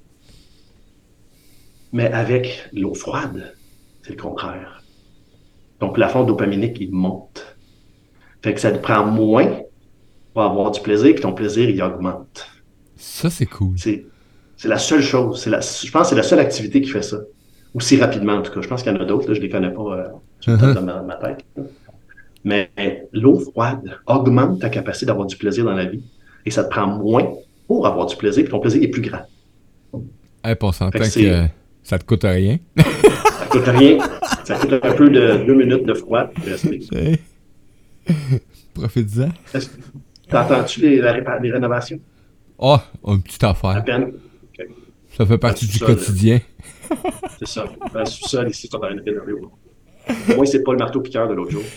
Mais avec l'eau froide, c'est le contraire. Ton plafond dopaminique, il monte. Fait que ça te prend moins pour avoir du plaisir, puis ton plaisir, il augmente. Ça, c'est cool. C'est, c'est la seule chose. C'est la, je pense que c'est la seule activité qui fait ça. Aussi rapidement, en tout cas. Je pense qu'il y en a d'autres, là, je les connais pas euh, sur le top de ma, ma tête. Là. Mais l'eau froide augmente ta capacité d'avoir du plaisir dans la vie. Et ça te prend moins pour avoir du plaisir, puis ton plaisir est plus grand. Hey, puis on s'entend Fait que, que c'est- euh, ça te coûte rien. Ça coûte rien. Ça coûte un peu de deux minutes de froid. puis rester. Hey. Profite-en. Est-ce- T'entends-tu les, la répa- les rénovations? Ah, une petite À affaire. peine. Ça fait partie Ah, du ça, quotidien. C'est ça. Dans le sous-sol, ici, on va rénover. Moi, c'est pas le marteau-piqueur de l'autre jour.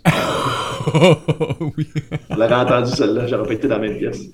Oui. On l'avait entendu, celle-là. J'aurais pas été dans la même pièce.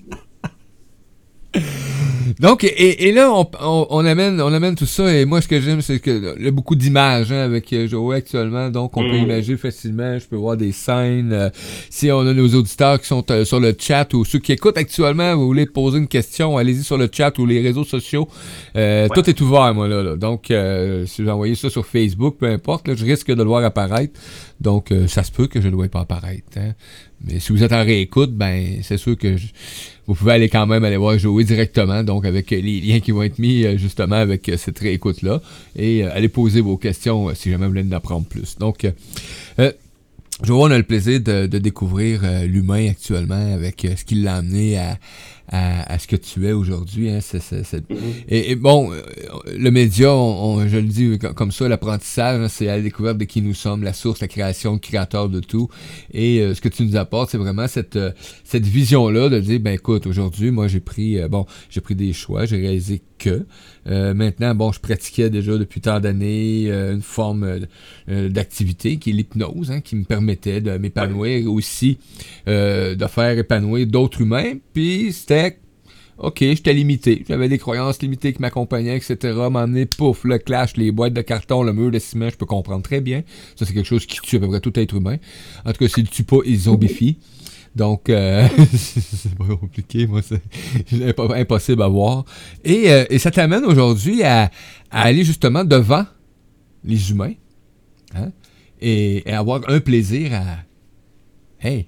Donc, et, et là, on, on, on amène, on amène tout ça, et moi, ce que j'aime, c'est que il y a beaucoup d'images hein, avec euh, Joey actuellement, donc on peut Mhm. imaginer facilement, je peux voir des scènes. euh, si on a nos auditeurs qui sont euh, sur le chat ou ceux qui écoutent actuellement, vous voulez poser une question, allez-y sur le chat ou les réseaux sociaux. Euh, Ouais. Tout est ouvert, moi, là. là. Donc, euh, si vous envoyez ça sur Facebook, peu importe, là, je risque de le voir apparaître. Donc, euh, ça se peut que je ne le voie pas apparaître. Hein. Mais si vous êtes en réécoute, ben, c'est sûr que je- vous pouvez aller quand même aller voir Joey directement, donc avec euh, les liens qui vont être mis euh, justement avec euh, cette réécoute-là. Et euh, allez poser vos questions euh, si jamais vous voulez en apprendre plus. Donc, euh, euh, Joey, on a le plaisir de, de découvrir euh, l'humain actuellement avec euh, ce qui l'a amené à, à, à ce que tu es aujourd'hui. Hein, c'est, c'est, c'est... Mhm. Et, et bon, euh, le média, on, on- je le dis co- comme ça, l'apprentissage, hein, c'est à la découverte de qui nous sommes, la source, la création, le créateur de tout. Et euh, ce que tu nous apportes, c'est vraiment cette euh, cette vision-là de dire, ben écoute, aujourd'hui, moi j'ai pris, euh, bon, j'ai pris des choix, j'ai réalisé que euh, maintenant, bon, je pratiquais déjà depuis tant d'années euh, une forme euh, euh, d'activité qui est l'hypnose, hein, qui me permettait de m'épanouir aussi, euh, de faire épanouir d'autres humains. Puis c'était OK, j'étais limité. J'avais des croyances limitées qui m'accompagnaient, et cetera. M'emmener, pouf, le clash, les boîtes de carton, le mur de ciment, je peux comprendre très bien. Ça, c'est quelque chose qui tue à peu près tout être humain. En tout cas, s'il ne tue pas, il zombifie. Donc, euh, c'est pas compliqué, moi, c'est c'est impo- impossible à voir. Et, euh, et ça t'amène aujourd'hui à, à aller justement devant les humains, hein, et, et avoir un plaisir à... Hey,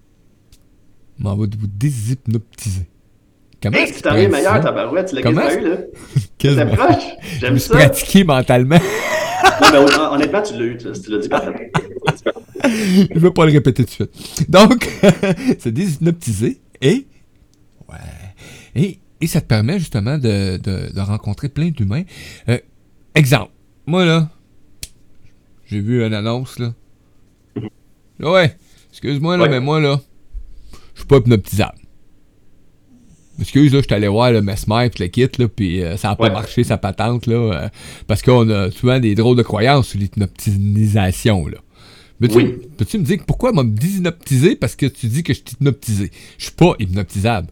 m'en va vous déshypnotiser. Comment Hey, est-ce tu qu'il t'en es prend meilleur, ça? ta tu l'as Comment quasiment eu, là. Quasiment. T'es proche. Je J'aime me suis ça. pratiqué mentalement. Non, mais hon- honnêtement, tu l'as eu, tu tu l'as dit parfaitement. Je veux pas le répéter tout de suite. Donc, c'est déshypnotisé et, ouais, et, et ça te permet justement de, de, de rencontrer plein d'humains. Euh, exemple, moi là, j'ai vu une annonce là. Ouais, excuse-moi là, Ouais. mais moi là, je suis pas hypnotisable. Excuse, là, je suis allé voir le Mesmer pis le kit, là, pis euh, ça a pas Ouais. marché, sa patente, là, euh, parce qu'on a souvent des drôles de croyances sur l'hypnotisation, là. Peux-tu, Oui. peux-tu me dire pourquoi m'a déshypnotisé parce que tu dis que je suis hypnotisé? Je suis pas hypnotisable.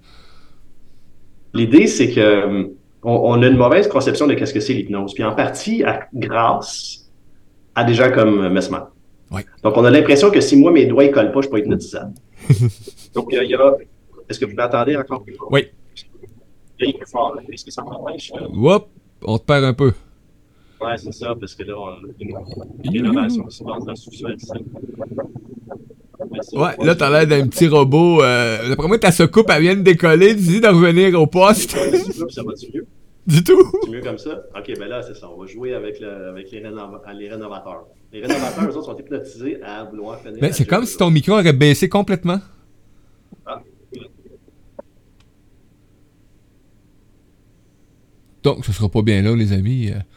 L'idée, c'est que euh, on, on a une mauvaise conception de qu'est-ce que c'est l'hypnose. Puis en partie, à- grâce à des gens comme Mesmer. Ouais. Donc, on a l'impression que si moi, mes doigts ne collent pas, je ne suis pas hypnotisable. Donc, il y a- il y a... Est-ce que vous m'entendez encore? Oui. Il est plus fort, là. Est-ce que ça m'empêche? Hop, on te perd un peu. Ouais, c'est ça, parce que là, on a une une rénovation qui se passe dans le sous-sol. ici. Ouais, là, t'as l'air d'un petit robot. Euh, d'après moi, ta soucoupe, elle vient de décoller. Dis de revenir au poste. Ça va-tu mieux? Du tout. C'est mieux comme ça? OK, ben là, c'est ça. On va jouer avec, le, avec les, rénova- les rénovateurs. Les rénovateurs, eux autres, sont hypnotisés à vouloir finir. Ben, la c'est job comme de si l'autre. ton micro aurait baissé complètement. Ah. Donc, ce sera pas bien là, les amis. Euh...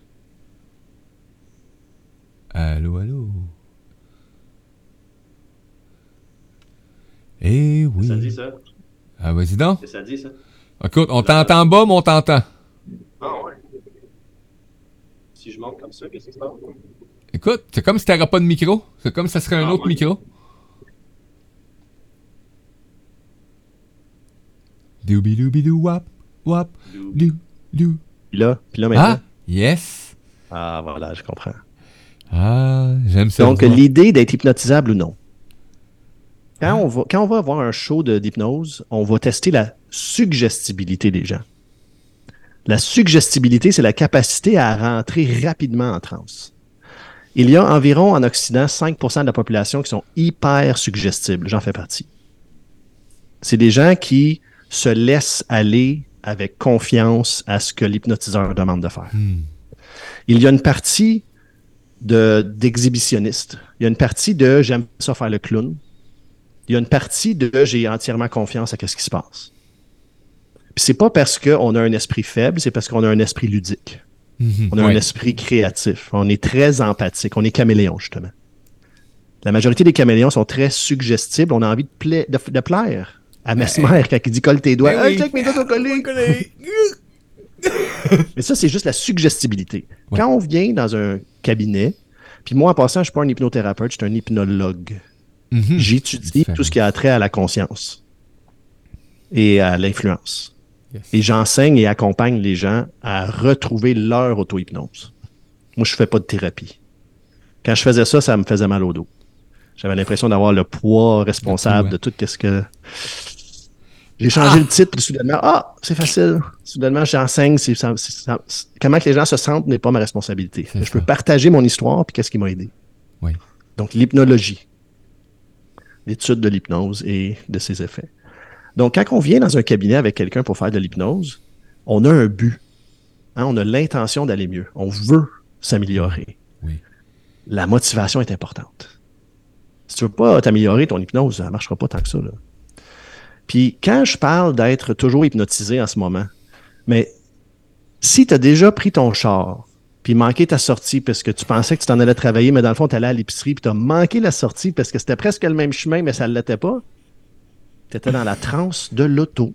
Allô, allô. Eh oui. Ça dit ça? Ah, vas-y donc. C'est ça dit ça? Écoute, on t'entend bas, mais on t'entend. Ah ouais. Si je monte comme ça, qu'est-ce qui se passe? Écoute, c'est comme si t'aurais pas de micro. C'est comme si ça serait un Ah, autre ouais. micro. Doobidou wap wap dou dou. Puis là, puis là maintenant. Ah, yes. Ah, voilà, je comprends. Ah, j'aime ça. Donc, le voir. l'idée d'être hypnotisable ou non. Quand, on va, quand on va avoir un show de, d'hypnose, on va tester la suggestibilité des gens. La suggestibilité, c'est la capacité à rentrer rapidement en transe. Il y a environ en Occident cinq pour cent de la population qui sont hyper suggestibles. J'en fais partie. C'est des gens qui se laissent aller avec confiance à ce que l'hypnotiseur demande de faire. Hmm. Il y a une partie de, d'exhibitionniste. Il y a une partie de j'aime ça faire le clown. Il y a une partie de j'ai entièrement confiance à ce qui se passe. Puis c'est pas parce qu'on a un esprit faible, c'est parce qu'on a un esprit ludique. Mhm. On a Ouais. un esprit créatif. On est très empathique. On est caméléon, justement. La majorité des caméléons sont très suggestibles. On a envie de, pla- de, de plaire à Mesmer quand il dit colle tes doigts. Ben Ah, oui. je sais que mes doigts sont collés. Mais ça, c'est juste la suggestibilité. Ouais. Quand on vient dans un cabinet, puis moi, en passant, je ne suis pas un hypnothérapeute, je suis un hypnologue. Mhm. J'étudie Différent. tout ce qui a trait à la conscience et à l'influence. Yes. Et j'enseigne et accompagne les gens à retrouver leur auto-hypnose. Moi, je ne fais pas de thérapie. Quand je faisais ça, ça me faisait mal au dos. J'avais l'impression d'avoir le poids responsable Le de tout ce que... J'ai changé le titre, puis soudainement, ah, c'est facile. Soudainement, j'enseigne. C'est, ça- c'est- ça- c'est- comment que les gens se sentent n'est pas ma responsabilité. C'est Je ça. peux partager mon histoire, puis qu'est-ce qui m'a aidé. Oui. Donc, l'hypnologie. L'étude de l'hypnose et de ses effets. Donc, quand on vient dans un cabinet avec quelqu'un pour faire de l'hypnose, on a un but. Hein, on a l'intention d'aller mieux. On veut s'améliorer. Oui. La motivation est importante. Si tu ne veux pas t'améliorer, ton hypnose, ça ne marchera pas tant que ça, là. Puis quand je parle d'être toujours hypnotisé en ce moment, mais si tu as déjà pris ton char, puis manqué ta sortie parce que tu pensais que tu t'en allais travailler, mais dans le fond, tu allais à l'épicerie, puis tu as manqué la sortie parce que c'était presque le même chemin, mais ça ne l'était pas, tu étais dans la transe de l'auto.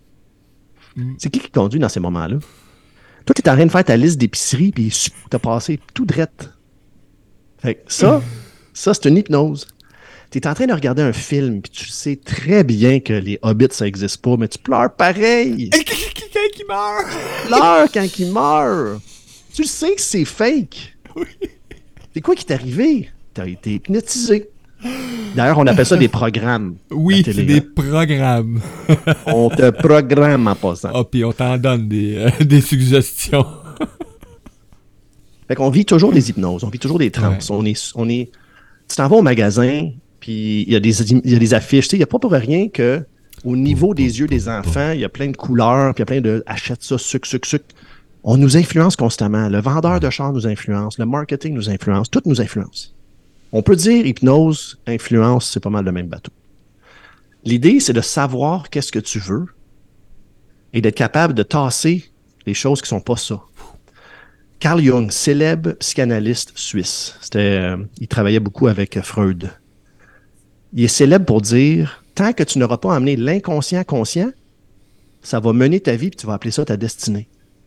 C'est qui qui conduit dans ces moments-là? Toi, tu es en train de faire ta liste d'épicerie, puis tu as passé tout drette. Fait que ça, ça, c'est une hypnose. Tu es en train de regarder un film, puis tu sais très bien que les hobbits, ça n'existe pas, mais tu pleures pareil. Quelqu'un qui meurt! Tu pleures quand il meurt. Tu sais que c'est fake. C'est quoi qui t'est arrivé? Tu as été hypnotisé. D'ailleurs, on appelle ça des programmes. Oui, la c'est télé, des hein. programmes. On te programme en passant. Ah, puis on t'en donne des, euh, des suggestions. Fait qu'on vit toujours des hypnoses, on vit toujours des trans. Ouais. On est, on est... Tu t'en vas au magasin, puis il y, a des- il y a des affiches. Tu sais, il n'y a pas pour rien que au niveau des yeux des enfants, il y a plein de couleurs, puis il y a plein de « achète ça, suc, suc, suc ». On nous influence constamment. Le vendeur de chars nous influence, le marketing nous influence, tout nous influence. On peut dire hypnose, influence, c'est pas mal le même bateau. L'idée, c'est de savoir qu'est-ce que tu veux et d'être capable de tasser les choses qui sont pas ça. Carl Jung, célèbre psychanalyste suisse, c'était, euh, il travaillait beaucoup avec euh, Freud. Il est célèbre pour dire, tant que tu n'auras pas amené l'inconscient conscient, ça va mener ta vie et tu vas appeler ça ta destinée.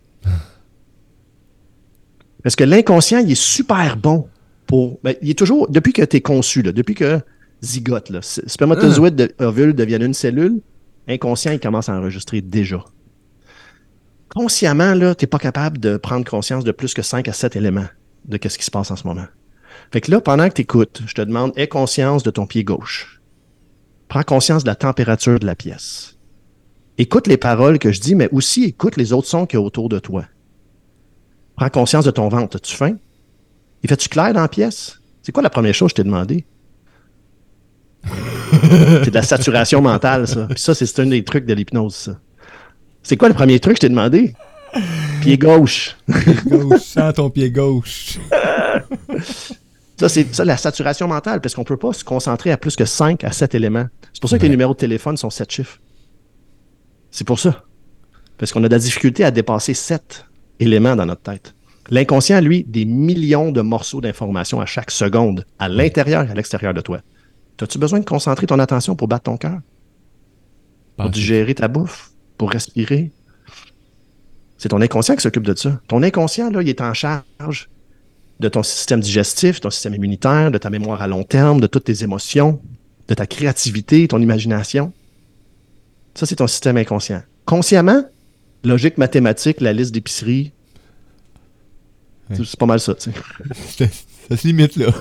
Parce que l'inconscient, il est super bon pour... Ben, il est toujours... Depuis que tu es conçu, là, depuis que zygote, là, s- spermatozoïde de ovule devienne une cellule, inconscient, il commence à enregistrer déjà. Consciemment, là, tu n'es pas capable de prendre conscience de plus que cinq à sept éléments de ce qui se passe en ce moment. Fait que là, pendant que tu écoutes, je te demande, aie conscience de ton pied gauche. Prends conscience de la température de la pièce. Écoute les paroles que je dis, mais aussi écoute les autres sons qu'il y a autour de toi. Prends conscience de ton ventre. As-tu faim? Il fait-tu clair dans la pièce? C'est quoi la première chose que je t'ai demandé? C'est de la saturation mentale, ça. Puis ça, c'est, c'est un des trucs de l'hypnose, ça. C'est quoi le premier truc que je t'ai demandé? Pied gauche. Pied gauche, sens ton pied gauche. Ça, c'est ça, la saturation mentale, parce qu'on ne peut pas se concentrer à plus que cinq à sept éléments. C'est pour ça que les numéros de téléphone sont sept chiffres. C'est pour ça. Parce qu'on a de la difficulté à dépasser sept éléments dans notre tête. L'inconscient, lui, des millions de morceaux d'informations à chaque seconde, à l'intérieur et à l'extérieur de toi. As-tu besoin de concentrer ton attention pour battre ton cœur? Pour digérer ta bouffe? Pour respirer? C'est ton inconscient qui s'occupe de ça. Ton inconscient, là, il est en charge de ton système digestif, ton système immunitaire, de ta mémoire à long terme, de toutes tes émotions, de ta créativité, ton imagination. Ça, c'est ton système inconscient. Consciemment, logique mathématique, la liste d'épicerie, ouais. C'est pas mal ça, tu sais. Ça se limite, là.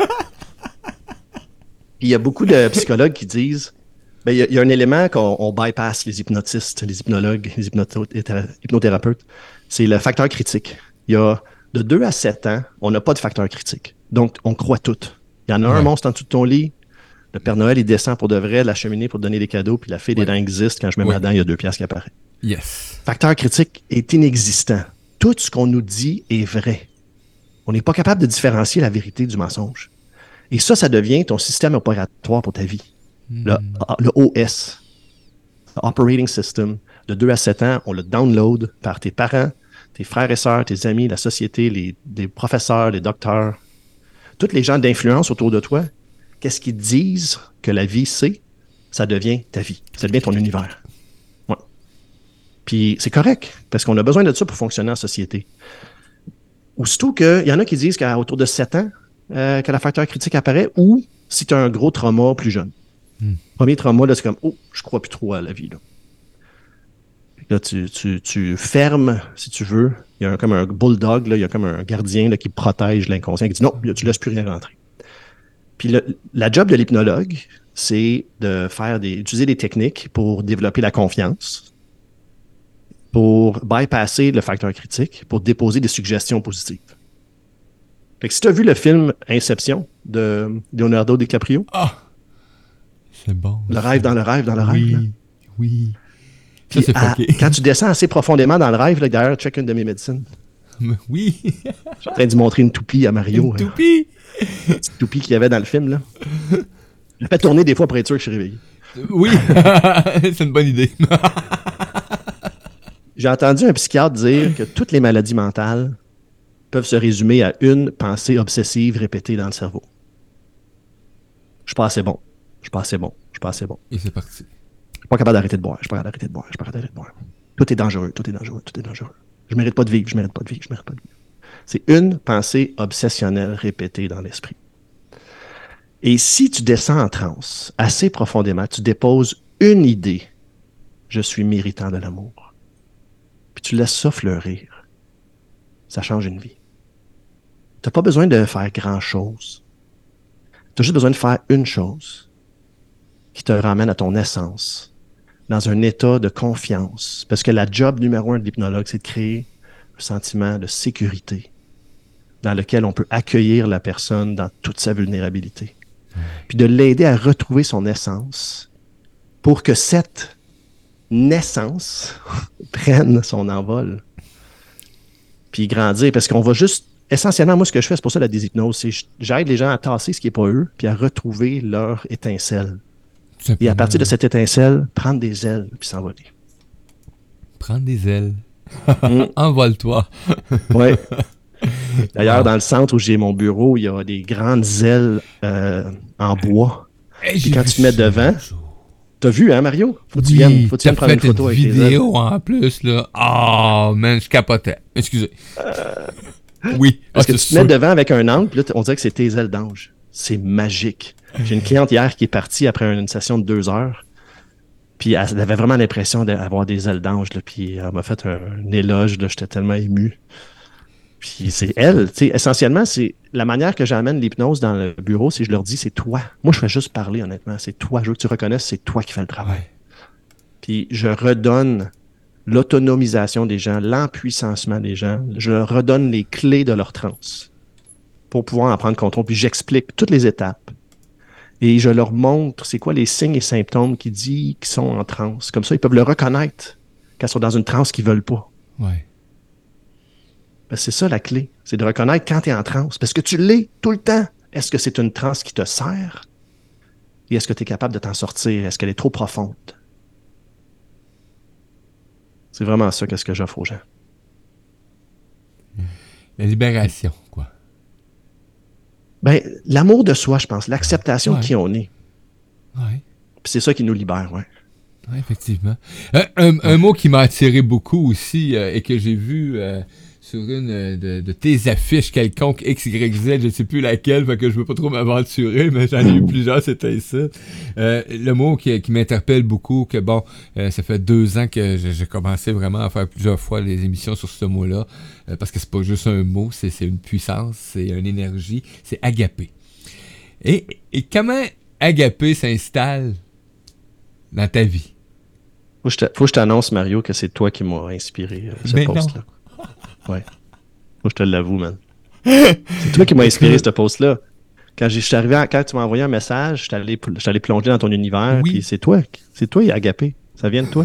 Il y a beaucoup de psychologues qui disent, ben, il y, a, il y a un élément qu'on on bypass les hypnotistes, les hypnologues, les hypnoto- hypnothérapeutes, c'est le facteur critique. Il y a de deux à sept ans, on n'a pas de facteur critique. Donc, on croit tout. Il y en a ouais. un monstre en dessous de ton lit, le Père Noël, il descend pour de vrai, la cheminée pour te donner des cadeaux, puis la fée ouais. des dents existe. Quand je mets ouais. ma dent, il y a deux piastres qui apparaissent. Yes. Facteur critique est inexistant. Tout ce qu'on nous dit est vrai. On n'est pas capable de différencier la vérité du mensonge. Et ça, ça devient ton système opératoire pour ta vie. Mm. Le, le O S, le Operating System, de deux à sept ans, on le download par tes parents, tes frères et sœurs, tes amis, la société, les, les professeurs, les docteurs, tous les gens d'influence autour de toi. Qu'est-ce qu'ils disent que la vie, c'est? Ça devient ta vie. Ça devient ton univers. Ouais. Puis c'est correct, parce qu'on a besoin de ça pour fonctionner en société. Aussitôt qu'il y en a qui disent qu'à autour de sept ans, euh, que la facteur critique apparaît, ou si tu as un gros trauma plus jeune. Hmm. Premier trauma, là, c'est comme, oh, je crois plus trop à la vie. Là, là tu, tu, tu fermes, si tu veux. Il y a un, comme un bulldog, là, il y a comme un gardien là, qui protège l'inconscient, qui dit non, tu ne laisses plus rien rentrer. Puis le, la job de l'hypnologue, c'est de faire des, d'utiliser des techniques pour développer la confiance, pour bypasser le facteur critique, pour déposer des suggestions positives. Fait que si tu as vu le film Inception de Leonardo DiCaprio, ah, c'est bon. Le rêve dans le rêve dans le oui, rêve. Là. Oui, oui. À, quand tu descends assez profondément dans le rêve, là, d'ailleurs, check une de mes médecines. Oui. Je suis en train de montrer une toupie à Mario. Une toupie? Une petite toupie qu'il y avait dans le film, là. Je fais tourner des fois pour être sûr que je suis réveillé. Oui, c'est une bonne idée. J'ai entendu un psychiatre dire que toutes les maladies mentales peuvent se résumer à une pensée obsessive répétée dans le cerveau. Je suis pas assez bon. Je suis pas assez bon. Je suis pas assez bon. Et c'est parti. Je suis pas capable d'arrêter de boire. Je suis pas capable d'arrêter de boire. Je suis pas capable d'arrêter de boire. Tout est dangereux. Tout est dangereux. Tout est dangereux. Je mérite pas de vivre. Je mérite pas de vivre. Je mérite pas de vivre. C'est une pensée obsessionnelle répétée dans l'esprit. Et si tu descends en transe assez profondément, tu déposes une idée. Je suis méritant de l'amour. Puis tu laisses ça fleurir. Ça change une vie. Tu n'as pas besoin de faire grand-chose. Tu as juste besoin de faire une chose qui te ramène à ton essence, dans un état de confiance. Parce que la job numéro un de l'hypnologue, c'est de créer un sentiment de sécurité dans lequel on peut accueillir la personne dans toute sa vulnérabilité. Puis de l'aider à retrouver son essence pour que cette naissance prenne son envol. Puis grandir. Parce qu'on va juste... Essentiellement, moi, ce que je fais, c'est pour ça la déshypnose, c'est que j'aide les gens à tasser ce qui n'est pas eux, puis à retrouver leur étincelle. Et à partir de cette étincelle, prendre des ailes, puis s'envoler. Prendre des ailes. Mm. Envole-toi. Oui. D'ailleurs, wow. Dans le centre où j'ai mon bureau, il y a des grandes ailes euh, en bois. Hey, puis quand tu te mets devant... T'as vu, hein, Mario? Faut que tu viennes, faut que tu viennes prendre une photo avec tes ailes. Vidéo en plus, là. Ah, oh, man, je capotais. Excusez. Euh... Oui. Parce ah, que tu te mets devant avec un angle, puis là, on dirait que c'est tes ailes d'ange. C'est magique. J'ai une cliente hier qui est partie après une session de deux heures, puis elle avait vraiment l'impression d'avoir des ailes d'ange, là, puis elle m'a fait un, un éloge, là, j'étais tellement ému. Puis c'est elle, tu sais, essentiellement, c'est la manière que j'amène l'hypnose dans le bureau, c'est que je leur dis, c'est toi. Moi, je fais juste parler, honnêtement. C'est toi. Je veux que tu reconnaisses, c'est toi qui fais le travail. Ouais. Puis je redonne l'autonomisation des gens, l'empuissancement des gens. Je leur redonne les clés de leur transe pour pouvoir en prendre contrôle. Puis j'explique toutes les étapes. et je leur montre c'est quoi les signes et symptômes qui disent qu'ils sont en transe. Comme ça, ils peuvent le reconnaître quand ils sont dans une transe qu'ils ne veulent pas. Ouais. Ben, c'est ça la clé, c'est de reconnaître quand tu es en transe. Parce que tu l'es tout le temps. Est-ce que c'est une transe qui te sert? Et est-ce que tu es capable de t'en sortir? Est-ce qu'elle est trop profonde? C'est vraiment ça qu'est-ce que j'offre aux gens. La libération, quoi. Ben, l'amour de soi, je pense, l'acceptation Ouais. de qui on est. Ouais. Puis c'est ça qui nous libère, ouais. Oui, effectivement. Euh, un, un mot qui m'a attiré beaucoup aussi euh, et que j'ai vu euh, sur une euh, de, de tes affiches quelconque X Y Z, je ne sais plus laquelle, fait que je ne veux pas trop m'aventurer, mais j'en ai eu plusieurs, c'était ça. Euh, le mot qui, qui m'interpelle beaucoup, que bon, euh, ça fait deux ans que j'ai, j'ai commencé vraiment à faire plusieurs fois des émissions sur ce mot-là, euh, parce que c'est pas juste un mot, c'est, c'est une puissance, c'est une énergie, c'est agapé. Et, et comment agapé s'installe dans ta vie? Faut que je te- faut que je t'annonce, Mario, que c'est toi qui m'as inspiré euh, ce Mais post-là. Ouais. Faut que je te l'avoue, man. C'est toi qui m'as inspiré ce post-là. Quand j'ai- je suis arrivé, à- quand tu m'as envoyé un message, je suis allé, je suis allé plonger dans ton univers, Oui. puis c'est toi, c'est toi, Agapé. Ça vient de toi.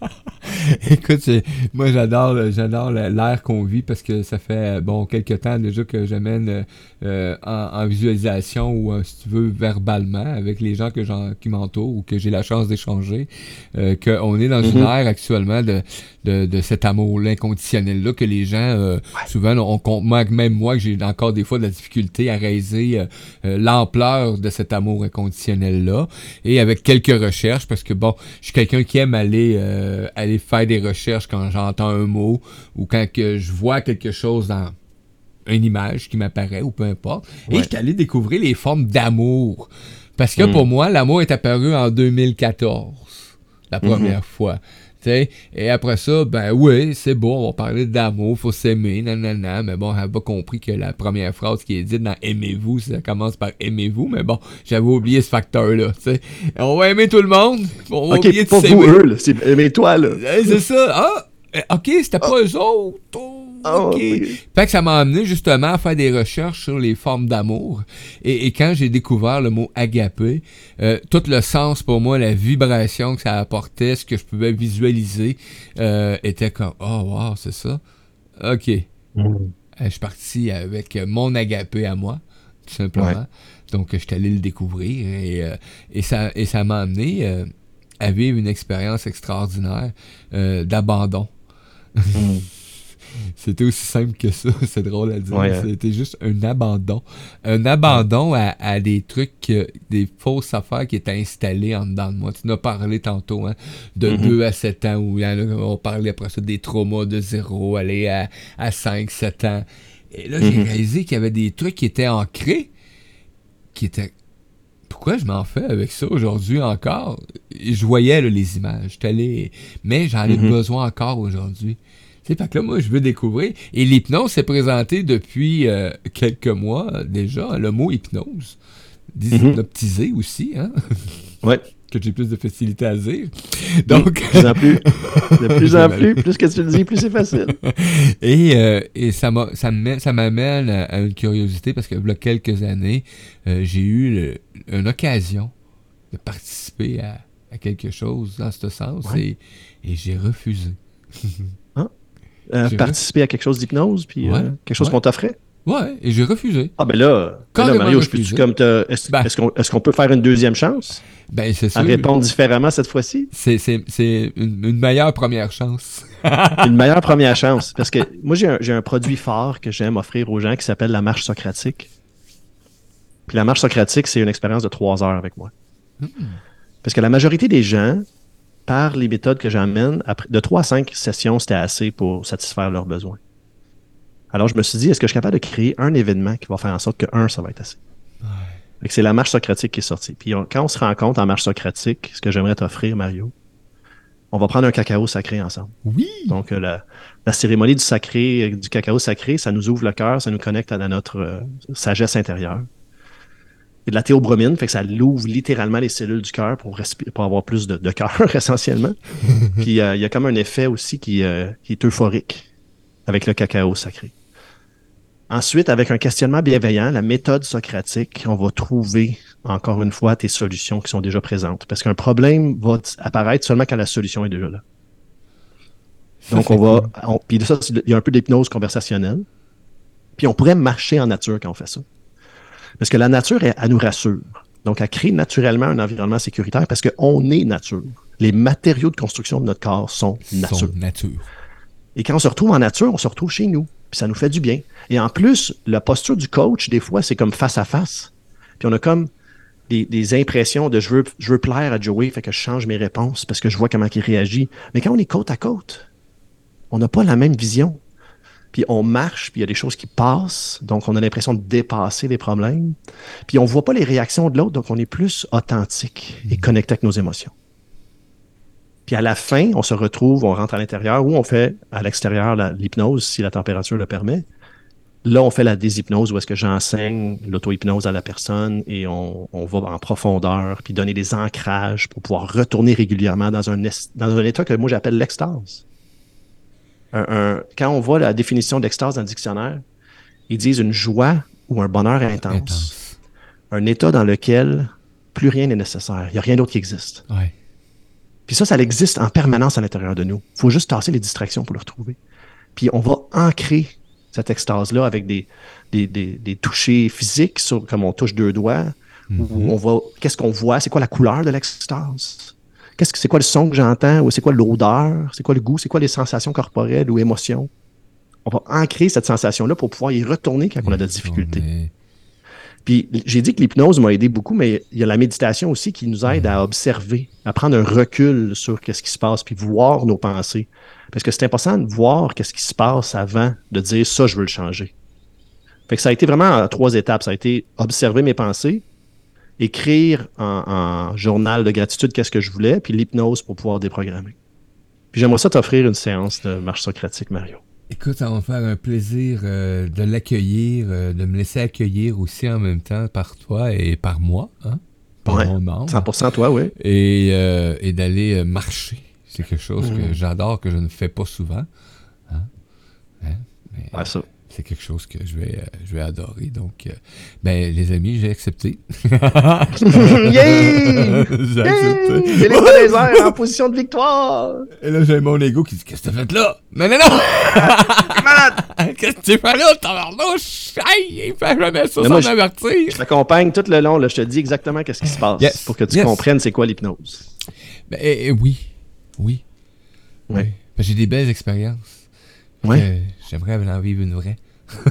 Écoute, c'est- moi j'adore, j'adore l'air qu'on vit parce que ça fait bon quelques temps déjà que j'amène euh, en, en visualisation ou euh, si tu veux verbalement avec les gens que j'en, qui m'entourent ou que j'ai la chance d'échanger, euh, qu'on est dans Mhm. une ère actuellement de, de, de cet amour-là inconditionnel-là que les gens euh, souvent on compte, moi, même moi que j'ai encore des fois de la difficulté à réaliser euh, euh, l'ampleur de cet amour inconditionnel-là et avec quelques recherches parce que bon, je suis quelqu'un qui aime aller euh, aller faire des recherches quand j'entends un mot ou quand que je vois quelque chose dans une image qui m'apparaît ou peu importe. Et Ouais. je suis allé découvrir les formes d'amour. Parce que Mm. pour moi, l'amour est apparu en deux mille quatorze, la première Mhm. fois. T'sais, et après ça, ben oui, c'est beau, on va parler d'amour, faut s'aimer, nanana, mais bon, j'avais pas compris que la première phrase qui est dite dans « Aimez-vous », ça commence par « Aimez-vous », mais bon, j'avais oublié ce facteur-là, tu sais. On va aimer tout le monde, on va oublier Ok, de pas s'aimer. vous, eux, là. C'est, mais toi, là. Hey, c'est ça, ah, euh, ok, c'était pas eux autres, oh, Ah, ok. oui. Fait que ça m'a amené justement à faire des recherches sur les formes d'amour. Et, et quand j'ai découvert le mot agapé, euh, tout le sens pour moi, la vibration que ça apportait, ce que je pouvais visualiser, euh, était comme, oh wow, c'est ça. Ok. Mm. Euh, je suis parti avec mon agapé à moi, tout simplement. Ouais. Donc, je suis allé le découvrir et, euh, et, ça, et ça m'a amené euh, à vivre une expérience extraordinaire euh, d'abandon. Mm. C'était aussi simple que ça, c'est drôle à dire. Ouais, hein. C'était juste un abandon. Un abandon à, à des trucs, que- des fausses affaires qui étaient installées en dedans de moi. Tu en as parlé tantôt, hein, de Mhm. deux à sept ans, où il y en a, on parlait après ça des traumas de zéro, aller à, à cinq, sept ans. Et là, j'ai Mhm. réalisé qu'il y avait des trucs qui étaient ancrés, qui étaient... Pourquoi je m'en fais avec ça aujourd'hui encore? Je voyais là, les images, j'étais allé... mais j'en ai Mhm. besoin encore aujourd'hui. Tu sais, fait que là, moi, je veux découvrir. Et l'hypnose s'est présenté depuis euh, quelques mois euh, déjà. Le mot hypnose. Dis Mhm. hypnotiser aussi, hein? Ouais. Que j'ai plus de facilité à dire. Donc... De plus en plus. De plus en plus. Plus que tu le dis, plus c'est facile. Et, euh, et ça, m'a, ça, me- ça m'amène à, à une curiosité parce que il y a quelques années, euh, j'ai eu le- une occasion de participer à, à quelque chose dans ce sens Ouais. et, et j'ai refusé. Euh, J'ai participer à quelque chose d'hypnose, puis euh, Ouais. quelque chose Ouais. qu'on t'offrait. Ouais, et j'ai refusé. Ah, ben là, ben là Carrément Mario, je refusé. peux-tu comme te. Est-ce, Ben. est-ce qu'on, est-ce qu'on peut faire une deuxième chance? Ben, c'est sûr. À répondre différemment cette fois-ci? C'est, c'est, c'est une, une meilleure première chance. Une meilleure première chance. Parce que moi, j'ai un, j'ai un produit fort que j'aime offrir aux gens qui s'appelle la marche socratique. Puis la marche socratique, c'est une expérience de trois heures avec moi. Parce que la majorité des gens, par les méthodes que j'amène, après, de trois à cinq sessions, c'était assez pour satisfaire leurs besoins. Alors, je me suis dit, est-ce que je suis capable de créer un événement qui va faire en sorte que un, ça va être assez? Fait que c'est la marche socratique qui est sortie. Puis on- quand on se rencontre en marche socratique, ce que j'aimerais t'offrir, Mario, on va prendre un cacao sacré ensemble. Oui! Donc, euh, la, la cérémonie du sacré, euh, du cacao sacré, ça nous ouvre le cœur, ça nous connecte à, à notre euh, sagesse intérieure. Et de la théobromine, fait que ça l'ouvre littéralement les cellules du cœur pour, respi- pour avoir plus de, de cœur, essentiellement. Puis euh, il y a comme un effet aussi qui, euh, qui est euphorique avec le cacao sacré. Ensuite, avec un questionnement bienveillant, la méthode socratique, on va trouver, encore une fois, tes solutions qui sont déjà présentes. Parce qu'un problème va t- apparaître seulement quand la solution est déjà là. Ça, Donc, c'est on va... cool. on- puis ça, c'est- il y a un peu d'hypnose conversationnelle. Puis on pourrait marcher en nature quand on fait ça. Parce que la nature, elle, elle nous rassure. Donc, elle crée naturellement un environnement sécuritaire parce qu'on est nature. Les matériaux de construction de notre corps sont nature. Son nature. Et quand on se retrouve en nature, on se retrouve chez nous. Puis ça nous fait du bien. Et en plus, la posture du coach, des fois, c'est comme face à face. Puis on a comme des, des impressions de je veux, je veux plaire à Joey, fait que je change mes réponses parce que je vois comment il réagit. Mais quand on est côte à côte, on n'a pas la même vision. Puis on marche, puis il y a des choses qui passent. Donc, on a l'impression de dépasser les problèmes. Puis on ne voit pas les réactions de l'autre. Donc, on est plus authentique et connecté avec nos émotions. Puis à la fin, on se retrouve, on rentre à l'intérieur ou on fait à l'extérieur la- l'hypnose si la température le permet. Là, on fait la déshypnose où est-ce que j'enseigne l'auto-hypnose à la personne et on, on va en profondeur puis donner des ancrages pour pouvoir retourner régulièrement dans un, es- dans un état que moi j'appelle l'extase. Un- un- quand on voit la définition d'extase dans le dictionnaire, ils disent une joie ou un bonheur intense, Intense. un état dans lequel plus rien n'est nécessaire. Il n'y a rien d'autre qui existe. Ouais. Puis ça, ça existe en permanence à l'intérieur de nous. Il faut juste tasser les distractions pour le retrouver. Puis on va ancrer cette extase-là avec des, des, des, des touchés physiques, sur, comme on touche deux doigts, Mhm. où on va, qu'est-ce qu'on voit, c'est quoi la couleur de l'extase, qu'est-ce que, c'est quoi le son que j'entends, ou c'est quoi l'odeur, c'est quoi le goût, c'est quoi les sensations corporelles ou émotions. On va ancrer cette sensation-là pour pouvoir y retourner quand on a de la difficulté. On est- Puis j'ai dit que l'hypnose m'a aidé beaucoup, mais il y a la méditation aussi qui nous aide à observer, à prendre un recul sur qu'est-ce qui se passe, puis voir nos pensées. Parce que c'est important de voir qu'est-ce qui se passe avant de dire ça, je veux le changer. Fait que ça a été vraiment en trois étapes. Ça a été observer mes pensées, écrire en, en journal de gratitude qu'est-ce que je voulais, puis l'hypnose pour pouvoir déprogrammer. Puis j'aimerais ça t'offrir une séance de marche socratique, Mario. Écoute, ça va me faire un plaisir euh, de l'accueillir, euh, de me laisser accueillir aussi en même temps par toi et par moi, hein, par Ouais, mon membre, cent pour cent toi, oui. et, euh, et d'aller euh, marcher. C'est quelque chose Mm. que j'adore, que je ne fais pas souvent. Hein? Hein? Mais, Ouais, ça. c'est quelque chose que je vais, euh, je vais adorer. Donc, euh, ben, les amis, j'ai accepté. Yay! J'ai accepté. Yay! J'ai les bras des airs en position de victoire! Et là, j'ai mon ego qui dit: qu'est-ce que t'as fait là? Non, non, non! Qu'est-ce que tu fais là, tabarnouche? Aïe, il fait jamais ça Mais sans moi, je- m'avertir. Je t'accompagne tout le long, là, je te dis exactement qu'est-ce qui se passe Yes. pour que tu Yes. comprennes c'est quoi l'hypnose. Ben, eh, eh, oui. Oui. Ouais. Oui. Ben, j'ai des belles expériences. Ouais. Euh, J'aimerais en vivre une vraie.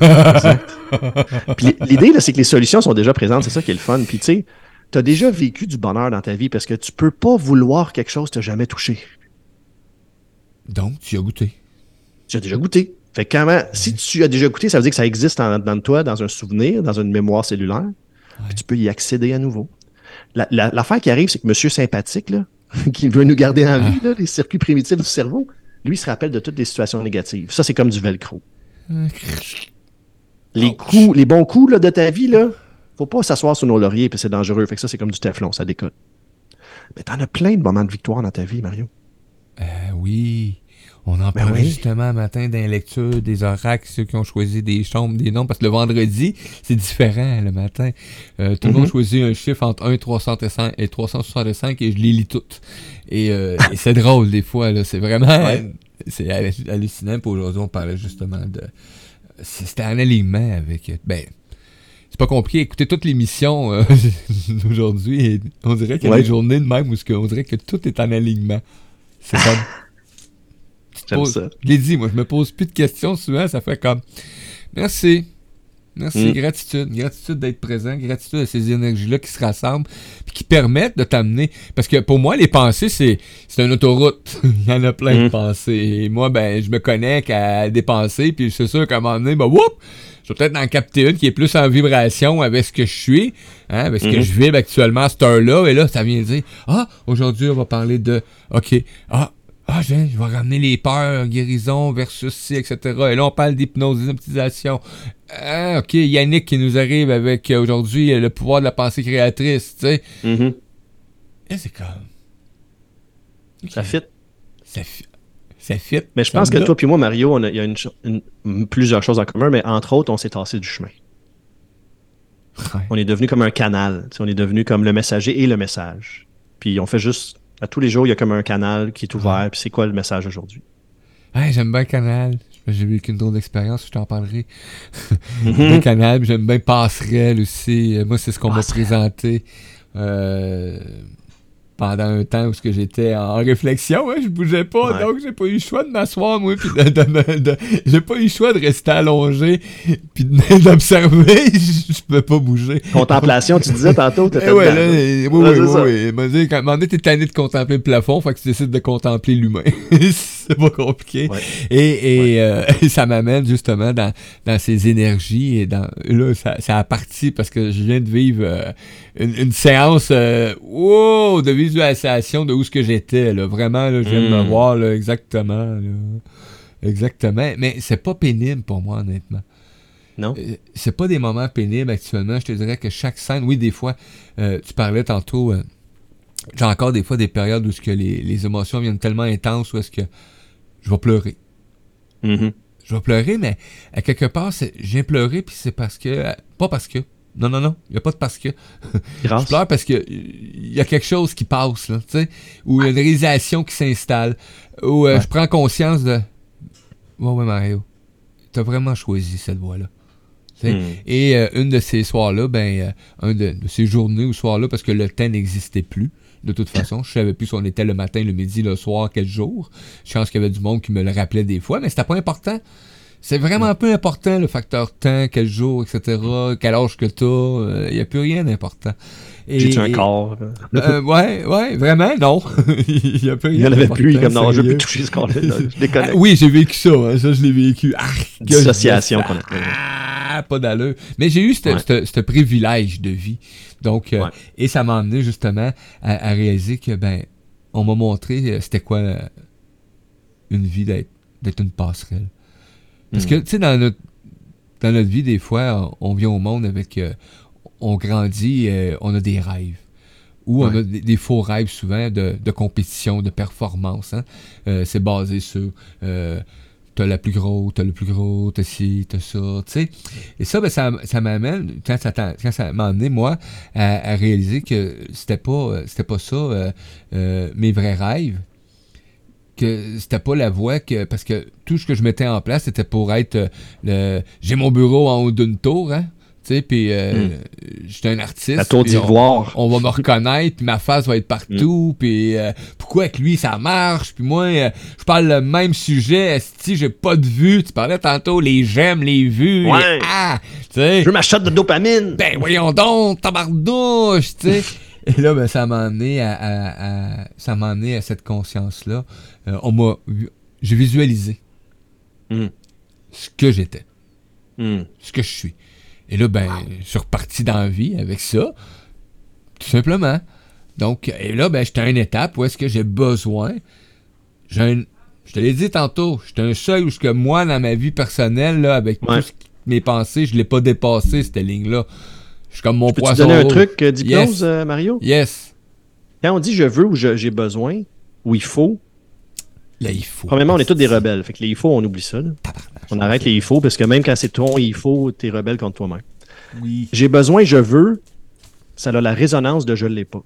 Puis l'idée, là, c'est que les solutions sont déjà présentes, c'est ça qui est le fun. Puis tu sais, tu as déjà vécu du bonheur dans ta vie parce que tu peux pas vouloir quelque chose que tu n'as jamais touché. Donc, tu as goûté. Tu as déjà goûté. Fait que quand même, si tu as déjà goûté, ça veut dire que ça existe en, dans toi, dans un souvenir, dans une mémoire cellulaire. Puis tu peux y accéder à nouveau. La- la- L'affaire qui arrive, c'est que Monsieur Sympathique, là, qui veut nous garder en vie, là, les circuits primitifs du cerveau, lui, il se rappelle de toutes les situations négatives. Ça, c'est comme du velcro. Les coups, les bons coups là, de ta vie, là, faut pas s'asseoir sur nos lauriers, puis c'est dangereux. Fait que ça, c'est comme du téflon, ça décolle. Mais t'en as plein de moments de victoire dans ta vie, Mario. Euh, oui. On en Ben parlait oui. justement un matin dans les lectures des oracles, ceux qui ont choisi des chambres, des noms, parce que le vendredi, c'est différent le matin. Euh, tout le monde Mhm. choisit un chiffre entre un, trois cent soixante et trois cent soixante-cinq et je les lis toutes. Et, euh, et c'est drôle des fois, là. C'est vraiment... Ouais. C'est hallu- hallucinant. Puis aujourd'hui, on parlait justement de... C'était en alignement avec... Ben... C'est pas compliqué. Écoutez toute l'émission euh, d'aujourd'hui et on dirait qu'il y a Ouais. des journées de même où ce que- on dirait que tout est en alignement. C'est comme... Tu te J'aime poses- ça. Je l'ai dit, moi, je me pose plus de questions souvent. Ça fait comme... Merci. Merci. Mm. Gratitude. Gratitude d'être présent. Gratitude à ces énergies-là qui se rassemblent puis qui permettent de t'amener... Parce que pour moi, les pensées, c'est, c'est une autoroute. Il y en a plein de Mm. pensées. Et moi, ben, je me connecte à des pensées puis c'est sûr qu'à un moment donné, ben, whoop! Je vais peut-être en capter une qui est plus en vibration avec ce que je suis, hein, avec ce que Mhm. je vibre actuellement à cette heure-là. Et là, ça vient dire, ah, aujourd'hui, on va parler de, OK, ah, ah, je, je vais ramener les peurs, guérison versus ci, et cetera. Et là, on parle d'hypnose, d'hypnotisation. Ah, OK, Yannick qui nous arrive avec euh, aujourd'hui euh, le pouvoir de la pensée créatrice, tu sais. Mhm. Et c'est comme... Ça fit. Ça fi- ça fit. Mais je ça pense me que va. toi puis moi, Mario, on a- il y a une, cho- une- plusieurs choses en commun, mais entre autres, on s'est tassé du chemin. Ouais. On est devenu comme un canal. Tu sais, on est devenu comme le messager et le message. Puis on fait juste, à tous les jours, il y a comme un canal qui est ouvert. Puis c'est quoi le message aujourd'hui? Ouais, j'aime bien Canal. J'ai vécu une drôle d'expérience, je t'en parlerai. Mhm. J'aime bien Canal, puis j'aime bien Passerelle aussi. Euh, Moi, c'est ce qu'on m'a Passerelle. présenté euh, pendant un temps où ce que j'étais en réflexion. Hein, je bougeais pas, Ouais. donc j'ai pas eu le choix de m'asseoir, moi. Puis de, de me- de- j'ai pas eu le choix de rester allongé, puis de- d'observer. Je, je pouvais pas bouger. Contemplation, tu disais tantôt, t'étais Eh ouais, dedans, là, là. eh, oui, Ouais, oui, c'est oui, ça. oui. Il m'a dit, quand, à un moment donné, t'es tanné de contempler le plafond, fait que tu décides de contempler l'humain. C'est pas compliqué. Ouais. Et, et, euh, et ça m'amène justement dans, dans ces énergies et dans là, ça, ça a parti parce que je viens de vivre euh, une, une séance euh, wow, de visualisation de où ce que j'étais. Là. Vraiment, là, je viens de me Mm. voir là, exactement. Là. Exactement. Mais c'est pas pénible pour moi, honnêtement. Non? Euh, c'est pas des moments pénibles actuellement. Je te dirais que chaque scène, oui, des fois, euh, tu parlais tantôt, euh, j'ai encore des fois des périodes où ce que les, les émotions viennent tellement intenses où est-ce que je vais pleurer. Mhm. Je vais pleurer, mais à quelque part, c'est, je viens pleurer, puis c'est parce que... euh, Pas parce que. Non, non, non. Il n'y a pas de parce que. Je Grâce. pleure parce que il y a quelque chose qui passe, là, tu sais, ou il y a une réalisation qui s'installe, ou euh, Ouais. je prends conscience de... Ouais, ouais, Mario, t'as vraiment choisi cette voie-là. Tu sais. Mm. Et euh, une de ces soirs-là, ben, euh, un de, de ces journées ou soirs-là, parce que le temps n'existait plus, de toute façon, je savais plus si on était le matin, le midi, le soir, quel jour. Je pense qu'il y avait du monde qui me le rappelait des fois, mais c'était pas important. C'est vraiment peu important, le facteur temps, quel jour, et cetera, quel âge que t'as, il n'y a plus rien d'important. Et- J'ai-tu un et- corps? Euh, ouais, ouais, vraiment, non. Il y a plus rien Il n'y en avait d'important, plus. Il est comme, non, je veux sérieux. plus toucher ce corps-là. là. Je déconnecte. Ah, oui, j'ai vécu ça, hein, ça je l'ai vécu. Ah, que Dissociation je- qu'on appelle. Ah, pas d'allure. Mais j'ai eu ce Ouais. privilège de vie. Donc, euh, Ouais. et ça m'a amené justement à, à réaliser que, ben, on m'a montré euh, c'était quoi euh, une vie d'être, d'être une passerelle. Parce Mm. que, tu sais, dans notre, dans notre vie, des fois, on, on vient au monde avec... euh, on grandit, euh, on a des rêves. Ou on Ouais. a des, des faux rêves souvent de, de compétition, de performance. Hein? Euh, c'est basé sur euh, t'as la plus grosse, t'as le plus gros, t'as ci, t'as ça, tu sais. Et ça, ben, ça, ça m'amène, quand ça, t'a- quand ça m'a amené, moi, à, à réaliser que c'était pas, euh, c'était pas ça, euh, euh, mes vrais rêves. Que c'était pas la voie que. Parce que tout ce que je mettais en place, c'était pour être euh, le. J'ai mon bureau en haut d'une tour, hein. Tu sais, puis euh, Mm. j'étais un artiste. La tour puis on- d'ivoire. on va me reconnaître, puis ma face va être partout, puis euh, pourquoi avec lui ça marche, puis moi euh, je parle le même sujet, si j'ai pas de vues, tu parlais tantôt les j'aime, les vues, Ouais. les ah, tu sais, Je veux ma shot de dopamine. ben voyons donc, tabardouche, tu sais. Et là, ben ça m'a amené à, à- à- ça m'a amené à cette conscience-là. Euh, on m'a, vu- j'ai visualisé Mm. ce que j'étais, Mm. ce que je suis. Et là, ben, je suis reparti dans la vie avec ça, tout simplement. Donc, et là, ben, j'étais à une étape où est-ce que j'ai besoin. J'ai un, je te l'ai dit tantôt, j'étais un seuil où ce que moi, dans ma vie personnelle, là, avec Ouais. tout ce qui- mes pensées, je l'ai pas dépassé, cette ligne-là. Je suis comme mon Peux-tu poisson donner un rouge. truc euh, d'hypnose, Yes. euh, Mario? Yes. Quand on dit je veux ou je- j'ai besoin, ou il faut, Là, il faut. premièrement, on est tous des rebelles. Fait que les il faut, on oublie ça. là. On arrête les il faut, parce que même quand c'est ton il faut, t'es rebelle contre toi-même. Oui. J'ai besoin, je veux, ça a la résonance de je l'ai pas.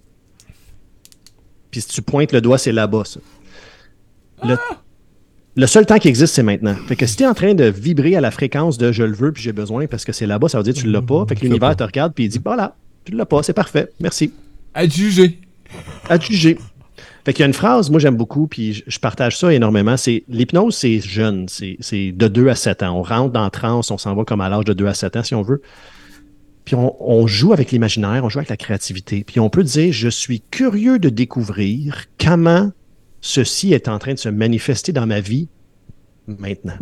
Puis si tu pointes le doigt, c'est là-bas, ça. Le, le seul temps qui existe, c'est maintenant. Fait que si t'es en train de vibrer à la fréquence de je le veux puis j'ai besoin parce que c'est là-bas, ça veut dire que tu l'as pas. Fait que Je l'univers sais te regarde puis il dit voilà, tu l'as pas, c'est parfait, merci. À juger. À te juger. Fait qu'il y a une phrase, moi j'aime beaucoup, puis je, je partage ça énormément, c'est l'hypnose, c'est jeune, c'est, c'est de deux à sept ans. On rentre dans la transe, on s'en va comme à l'âge de deux à sept ans, si on veut. Puis on, on joue avec l'imaginaire, on joue avec la créativité. Puis on peut dire, je suis curieux de découvrir comment ceci est en train de se manifester dans ma vie maintenant.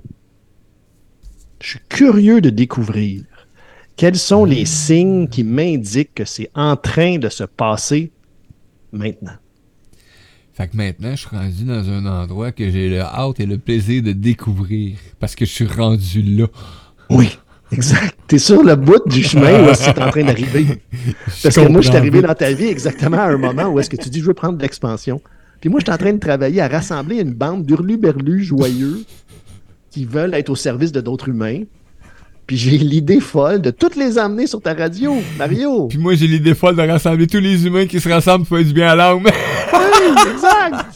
Je suis curieux de découvrir quels sont les signes qui m'indiquent que c'est en train de se passer maintenant. Fait que maintenant, je suis rendu dans un endroit que j'ai le hâte et le plaisir de découvrir. Parce que je suis rendu là. Oui, exact. T'es sur le bout du chemin où est-ce que t'es en train d'arriver. Parce que moi, je suis arrivé dans ta vie exactement à un moment où est-ce que tu dis, je veux prendre de l'expansion. Puis moi, je suis en train de travailler à rassembler une bande d'hurluberlus joyeux qui veulent être au service de d'autres humains. Puis j'ai l'idée folle de toutes les emmener sur ta radio, Mario. Puis moi, j'ai l'idée folle de rassembler tous les humains qui se rassemblent pour faire du bien à l'âme. Oui, exact!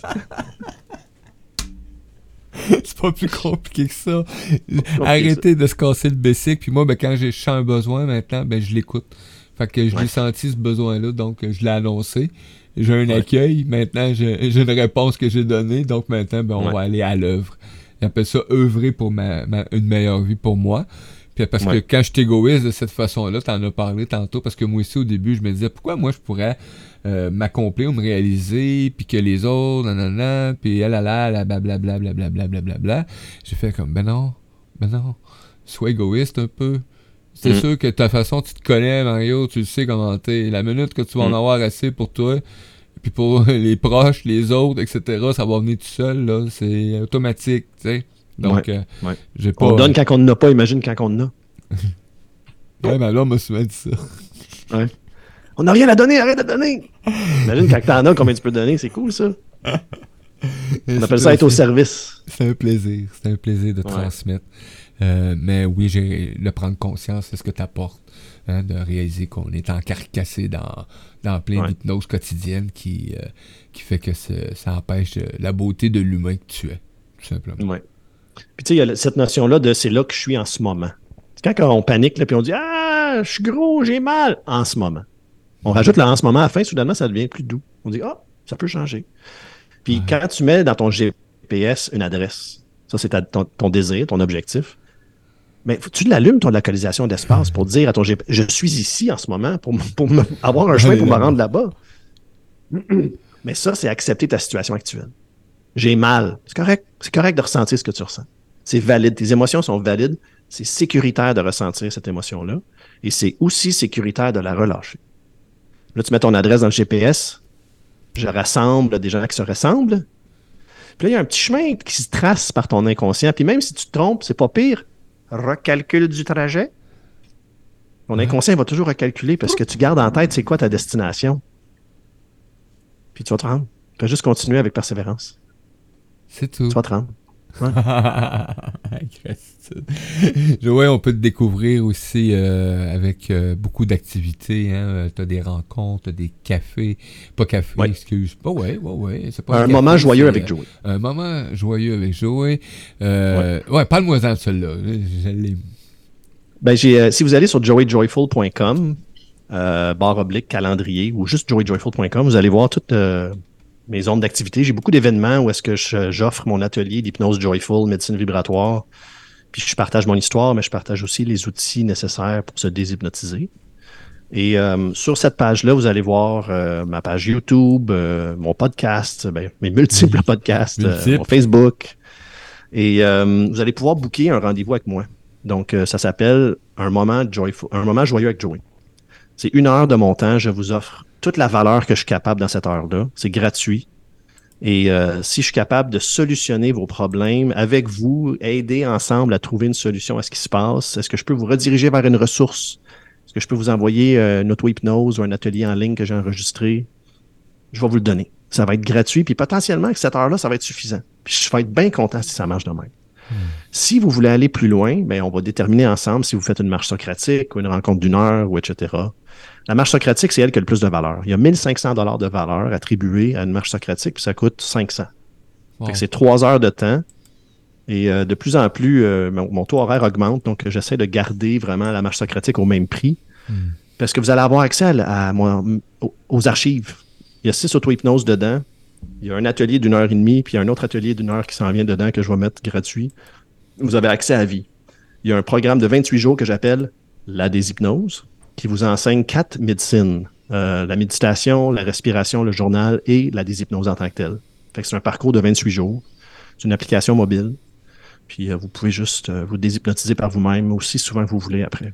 C'est pas plus compliqué que ça. Arrêtez de se casser le bessic. Puis moi, ben, quand j'ai sens un besoin maintenant, ben, je l'écoute. Fait que je Ouais. l'ai senti ce besoin-là, donc je l'ai annoncé. J'ai un Ouais. accueil. Maintenant, j'ai, j'ai une réponse que j'ai donnée. Donc maintenant, ben, on Ouais. va aller à l'œuvre. J'appelle ça œuvrer pour ma, ma- une meilleure vie pour moi. Puis parce Ouais. que quand je suis égoïste de cette façon-là, t'en as parlé tantôt, parce que moi aussi, au début, je me disais, pourquoi moi, je pourrais euh, m'accomplir ou me réaliser, puis que les autres, nanana, puis elle, elle, elle, blablabla, blablabla, blablabla. J'ai fait comme, ben non, ben non, sois égoïste un peu. C'est Mm. sûr que de ta façon, tu te connais, Mario, tu le sais comment t'es. La minute que tu vas en Mm. avoir assez pour toi, puis pour les proches, les autres, et cetera, ça va venir tout seul, là, c'est automatique, tu sais. Donc, Ouais, euh, ouais. j'ai pas... On donne quand on n'en a pas, imagine quand on en a. Ouais, mais là, on m'a souvent dit ça. Ouais. On n'a rien à donner, arrête de donner! Imagine quand t'en as, combien tu peux donner, c'est cool ça. On appelle ça être au service. C'est un plaisir. C'est un plaisir de Ouais. transmettre. Euh, mais oui, j'ai le prendre conscience, c'est ce que tu apportes. Hein, de réaliser qu'on est encarcassé dans, dans plein Ouais. d'hypnoses quotidiennes qui, euh, qui fait que c'est- ça empêche euh, la beauté de l'humain que tu es, tout simplement. Ouais. Puis tu sais, il y a le- cette notion-là de c'est là que je suis en ce moment. C'est quand on panique, là, puis on dit ah, je suis gros, j'ai mal, en ce moment. On rajoute le en ce moment à la fin, soudainement, ça devient plus doux. On dit ah, ça peut changer. Puis Ouais. quand tu mets dans ton G P S une adresse, ça c'est ta- ton, ton désir, ton objectif, mais faut- tu l'allumes ton localisation d'espace pour dire à ton G P S je suis ici en ce moment pour, m- pour me- avoir un chemin pour me rendre là-bas. Mais ça, c'est accepter ta situation actuelle. J'ai mal. C'est correct. C'est correct de ressentir ce que tu ressens. C'est valide. Tes émotions sont valides. C'est sécuritaire de ressentir cette émotion-là. Et c'est aussi sécuritaire de la relâcher. Là, tu mets ton adresse dans le G P S. Je rassemble des gens qui se ressemblent. Puis là, il y a un petit chemin qui se trace par ton inconscient. Puis même si tu te trompes, c'est pas pire. Recalcule du trajet. Ton inconscient va toujours recalculer parce que tu gardes en tête c'est quoi ta destination. Puis tu vas te rendre. Fais juste continuer avec persévérance. C'est tout. Tu vas te rendre. Gratitude. Joël, on peut te découvrir aussi euh, avec euh, beaucoup d'activités. Hein. Tu as des rencontres, t'as des cafés. Pas café, Ouais. excuse. Oh, ouais, ouais, ouais. C'est pas Un café, moment joyeux c'est, avec euh, Joey. Un moment joyeux avec Joël. Euh, ouais. ouais, parle-moi-en de celui-là. Je l'ai. Ben, j'ai, euh, si vous allez sur joey joyful point com, euh, barre oblique, calendrier, ou juste joey joyful point com, vous allez voir toutes euh, mes zones d'activité. J'ai beaucoup d'événements où est-ce que je- j'offre mon atelier d'hypnose joyful, médecine vibratoire. Puis je partage mon histoire, mais je partage aussi les outils nécessaires pour se déshypnotiser. Et euh, sur cette page-là, vous allez voir euh, ma page YouTube, euh, mon podcast, ben, mes multiples podcasts, euh, Multiples. mon Facebook. Et euh, vous allez pouvoir booker un rendez-vous avec moi. Donc, euh, ça s'appelle un moment joyful, un moment joyeux avec Joey. C'est une heure de mon temps. Je vous offre toute la valeur que je suis capable dans cette heure-là. C'est gratuit. Et euh, si je suis capable de solutionner vos problèmes avec vous, aider ensemble à trouver une solution à ce qui se passe, est-ce que je peux vous rediriger vers une ressource? Est-ce que je peux vous envoyer euh, une auto-hypnose ou un atelier en ligne que j'ai enregistré? Je vais vous le donner. Ça va être gratuit, puis potentiellement, que cette heure-là, ça va être suffisant. Puis je vais être bien content si ça marche de même. Si vous voulez aller plus loin, ben, on va déterminer ensemble si vous faites une marche socratique ou une rencontre d'une heure, ou et cetera. La marche socratique, c'est elle qui a le plus de valeur. Il y a mille cinq cents dollars de valeur attribuée à une marche socratique, puis ça coûte cinq cents. Wow. Fait que c'est trois heures de temps. Et euh, de plus en plus, euh, mon, mon taux horaire augmente, donc euh, j'essaie de garder vraiment la marche socratique au même prix. Hmm. Parce que vous allez avoir accès à, la- à mon- aux, aux archives. Il y a six auto-hypnoses dedans. Il y a un atelier d'une heure et demie, puis il y a un autre atelier d'une heure qui s'en vient dedans que je vais mettre gratuit. Vous avez accès à vie. Il y a un programme de vingt-huit jours que j'appelle la déshypnose, qui vous enseigne quatre médecines. Euh, la méditation, la respiration, le journal et la déshypnose en tant que telle. Fait que c'est un parcours de vingt-huit jours. C'est une application mobile. Puis euh, vous pouvez juste euh, vous déshypnotiser par vous-même aussi souvent que vous voulez après.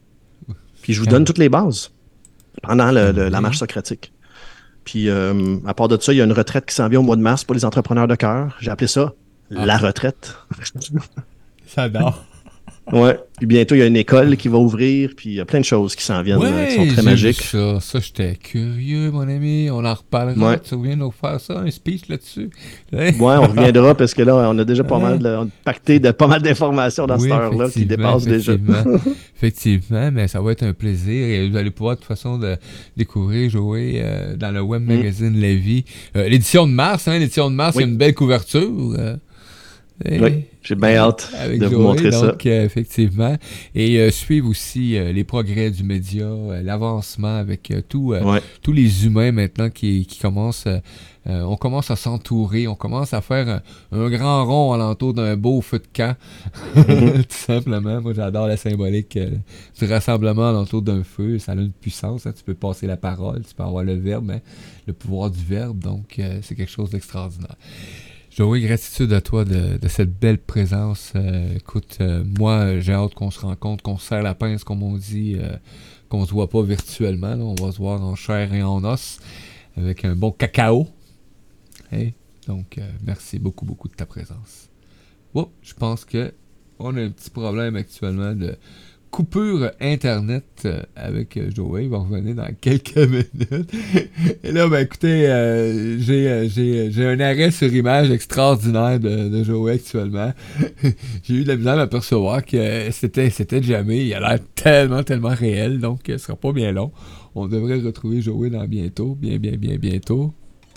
Puis je vous donne toutes les bases pendant le- le- la marche socratique. Puis euh, à part de ça, il y a une retraite qui s'en vient au mois de mars pour les entrepreneurs de cœur. J'ai appelé ça la retraite. J'adore. Ouais. Puis bientôt, il y a une école qui va ouvrir, puis il y a plein de choses qui s'en viennent, Ouais, euh, qui sont très j'ai magiques. vu ça, ça j'étais curieux, mon ami. On en reparlera. Ouais. Tu te souviens de nous faire ça, un speech là-dessus? Ouais, on reviendra parce que là, on a déjà pas mal de, on a pacté de pas mal d'informations dans Oui, cette heure-là qui effectivement, dépassent déjà. effectivement. Effectivement, mais ça va être un plaisir et vous allez pouvoir de toute façon de découvrir, jouer euh, dans le web magazine La Vie. Euh, l'édition de mars, hein, l'édition de mars, il Oui. y a une belle couverture. euh, et- Oui, j'ai bien hâte avec de vous Joey, montrer ça. donc, euh, effectivement. Et euh, suivre aussi euh, les progrès du média, euh, l'avancement avec euh, tout, euh, Ouais. tous les humains maintenant qui, qui commencent. euh, euh, on commence à s'entourer, on commence à faire un, un grand rond alentour d'un beau feu de camp. Tout simplement. Moi, j'adore la symbolique euh, du rassemblement alentour d'un feu. Ça a une puissance. Hein. Tu peux passer la parole, tu peux avoir le verbe, hein, le pouvoir du verbe. Donc, euh, c'est quelque chose d'extraordinaire. Joey, gratitude à toi de, de cette belle présence. Euh, écoute, euh, moi, j'ai hâte qu'on se rencontre, qu'on se serre la pince, comme on dit, euh, qu'on se voit pas virtuellement. Là. On va se voir en chair et en os avec un bon cacao. Hey. Donc, euh, merci beaucoup, beaucoup de ta présence. Oh, je pense que on a un petit problème actuellement de coupure Internet euh, avec euh, Joey. Il va revenir dans quelques minutes. Et là, ben écoutez, euh, j'ai, euh, j'ai, j'ai un arrêt sur image extraordinaire de, de Joey actuellement. J'ai eu de la misère à m'apercevoir que c'était, c'était jamais. Il a l'air tellement, tellement réel. Donc, euh, ce sera pas bien long. On devrait retrouver Joey dans bientôt. Bien, bien, bien, bientôt.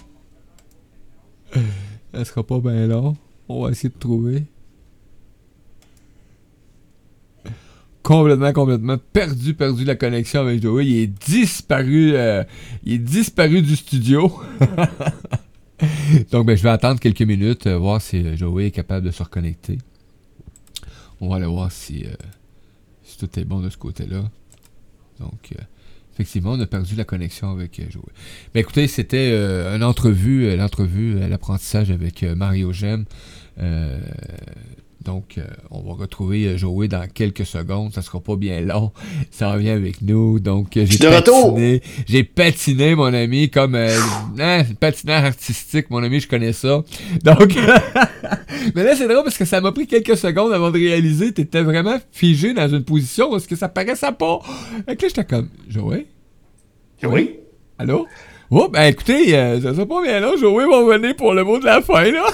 Elle sera pas bien long. On va essayer de trouver. Complètement, complètement perdu, perdu la connexion avec Joey. Il est disparu, euh, il est disparu du studio. Donc, ben, je vais attendre quelques minutes, euh, voir si euh, Joey est capable de se reconnecter. On va aller voir si, euh, si tout est bon de ce côté-là. Donc, euh, effectivement, on a perdu la connexion avec euh, Joey. Mais écoutez, c'était euh, une entrevue, euh, l'entrevue, euh, l'apprentissage avec euh, Mario Gem. Euh, donc, euh, on va retrouver euh, Joey dans quelques secondes. Ça sera pas bien long. Ça revient avec nous. Donc, euh, j'ai de retour! patiné. J'ai patiné, mon ami, comme euh, hein, patinage artistique, mon ami, je connais ça. Donc, mais là, c'est drôle parce que ça m'a pris quelques secondes avant de réaliser. T'étais vraiment figé dans une position parce que ça paraissait pas. Fait que là, j'étais comme, Joey? Oui. Allô? Oh, ben écoutez, euh, ça sera pas bien long. Joey va revenir pour le mot de la fin, là.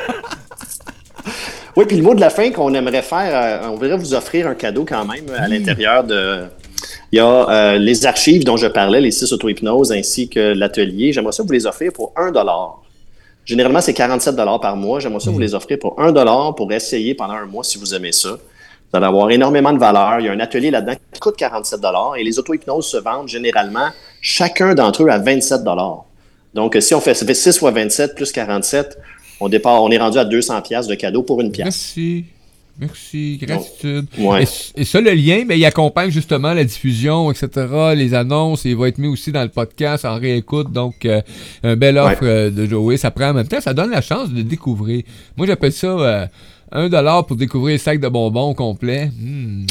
Oui, puis le mot de la fin qu'on aimerait faire, euh, on voudrait vous offrir un cadeau quand même à l'intérieur de... Il y a euh, les archives dont je parlais, les six auto-hypnoses, ainsi que l'atelier. J'aimerais ça vous les offrir pour un dollar. Généralement, c'est quarante-sept dollars par mois. J'aimerais ça vous les offrir pour un dollar pour essayer pendant un mois si vous aimez ça. Vous allez avoir énormément de valeur. Il y a un atelier là-dedans qui coûte quarante-sept dollars et les auto-hypnoses se vendent généralement chacun d'entre eux à vingt-sept dollars. Donc, si on fait six fois vingt-sept plus quarante-sept, on, départ, on est rendu à deux cents dollars de cadeau pour une pièce. Merci. Merci, gratitude. Donc, ouais. et, et ça, le lien, ben, il accompagne justement la diffusion, et cetera, les annonces, et il va être mis aussi dans le podcast en réécoute. Donc, euh, un bel offre Ouais. euh, de Joey. Ça prend en même temps, ça donne la chance de découvrir. Moi, j'appelle ça euh, un dollar pour découvrir les sacs de bonbons au complet. Mmh,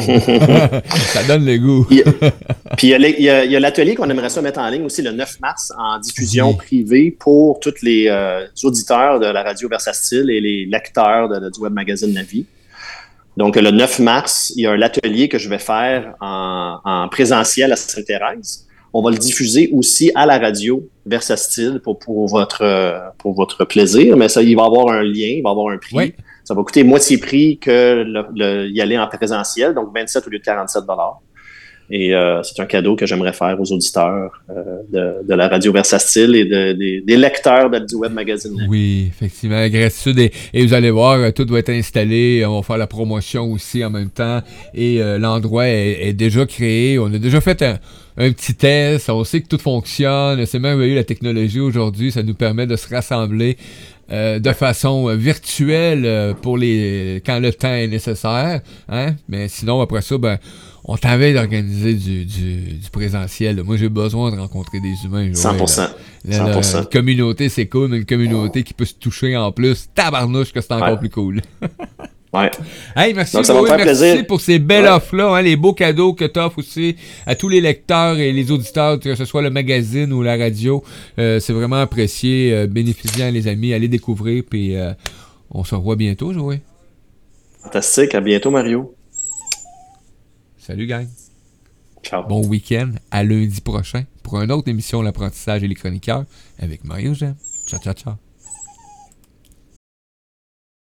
ça donne le goût. Il y a- Puis il y a les- il y a, il y a l'atelier qu'on aimerait ça mettre en ligne aussi le neuf mars en diffusion Oui. privée pour tous les euh, auditeurs de la radio Versastile et les lecteurs de- de- du web magazine La Vie. Donc le neuf mars, il y a un atelier que je vais faire en, en présentiel à Sainte-Thérèse. On va le diffuser aussi à la radio Versastile pour, pour, votre, euh, pour votre plaisir, mais ça, il va y avoir un lien, il va y avoir un prix. Oui. Ça va coûter moitié prix que le, le- y aller en présentiel, donc vingt-sept au lieu de quarante-sept dollars. Et euh, c'est un cadeau que j'aimerais faire aux auditeurs euh, de, de la radio Versastile et de, des, des lecteurs de, du web magazine. Oui, effectivement, la gratitude. Et, et vous allez voir, euh, tout va être installé. On va faire la promotion aussi en même temps. Et euh, l'endroit est, est déjà créé. On a déjà fait un, un petit test. On sait que tout fonctionne. C'est merveilleux, la technologie aujourd'hui. Ça nous permet de se rassembler euh, de façon euh, virtuelle euh, pour les quand le temps est nécessaire. Hein? Mais sinon, après ça, ben, on t'avait d'organiser du, du, du présentiel. Moi, j'ai besoin de rencontrer des humains. Joey, cent pour cent. La, cent la- pour cent. la communauté, c'est cool, mais une communauté qui peut se toucher en plus, tabarnouche que c'est encore Ouais. plus cool. Ouais. Hey, merci, Donc, ça va me Joey, faire merci plaisir. pour ces belles Ouais. offres-là, hein, les beaux cadeaux que tu offres aussi à tous les lecteurs et les auditeurs, que ce soit le magazine ou la radio. Euh, c'est vraiment apprécié. Euh, bénéficiant, les amis, allez découvrir, puis euh, on se revoit bientôt, Joey. Fantastique. À bientôt, Mario. Salut, gang. Ciao. Bon week-end. À lundi prochain pour une autre émission L'apprentissage et les chroniqueurs avec Mario Gem. Ciao, ciao, ciao.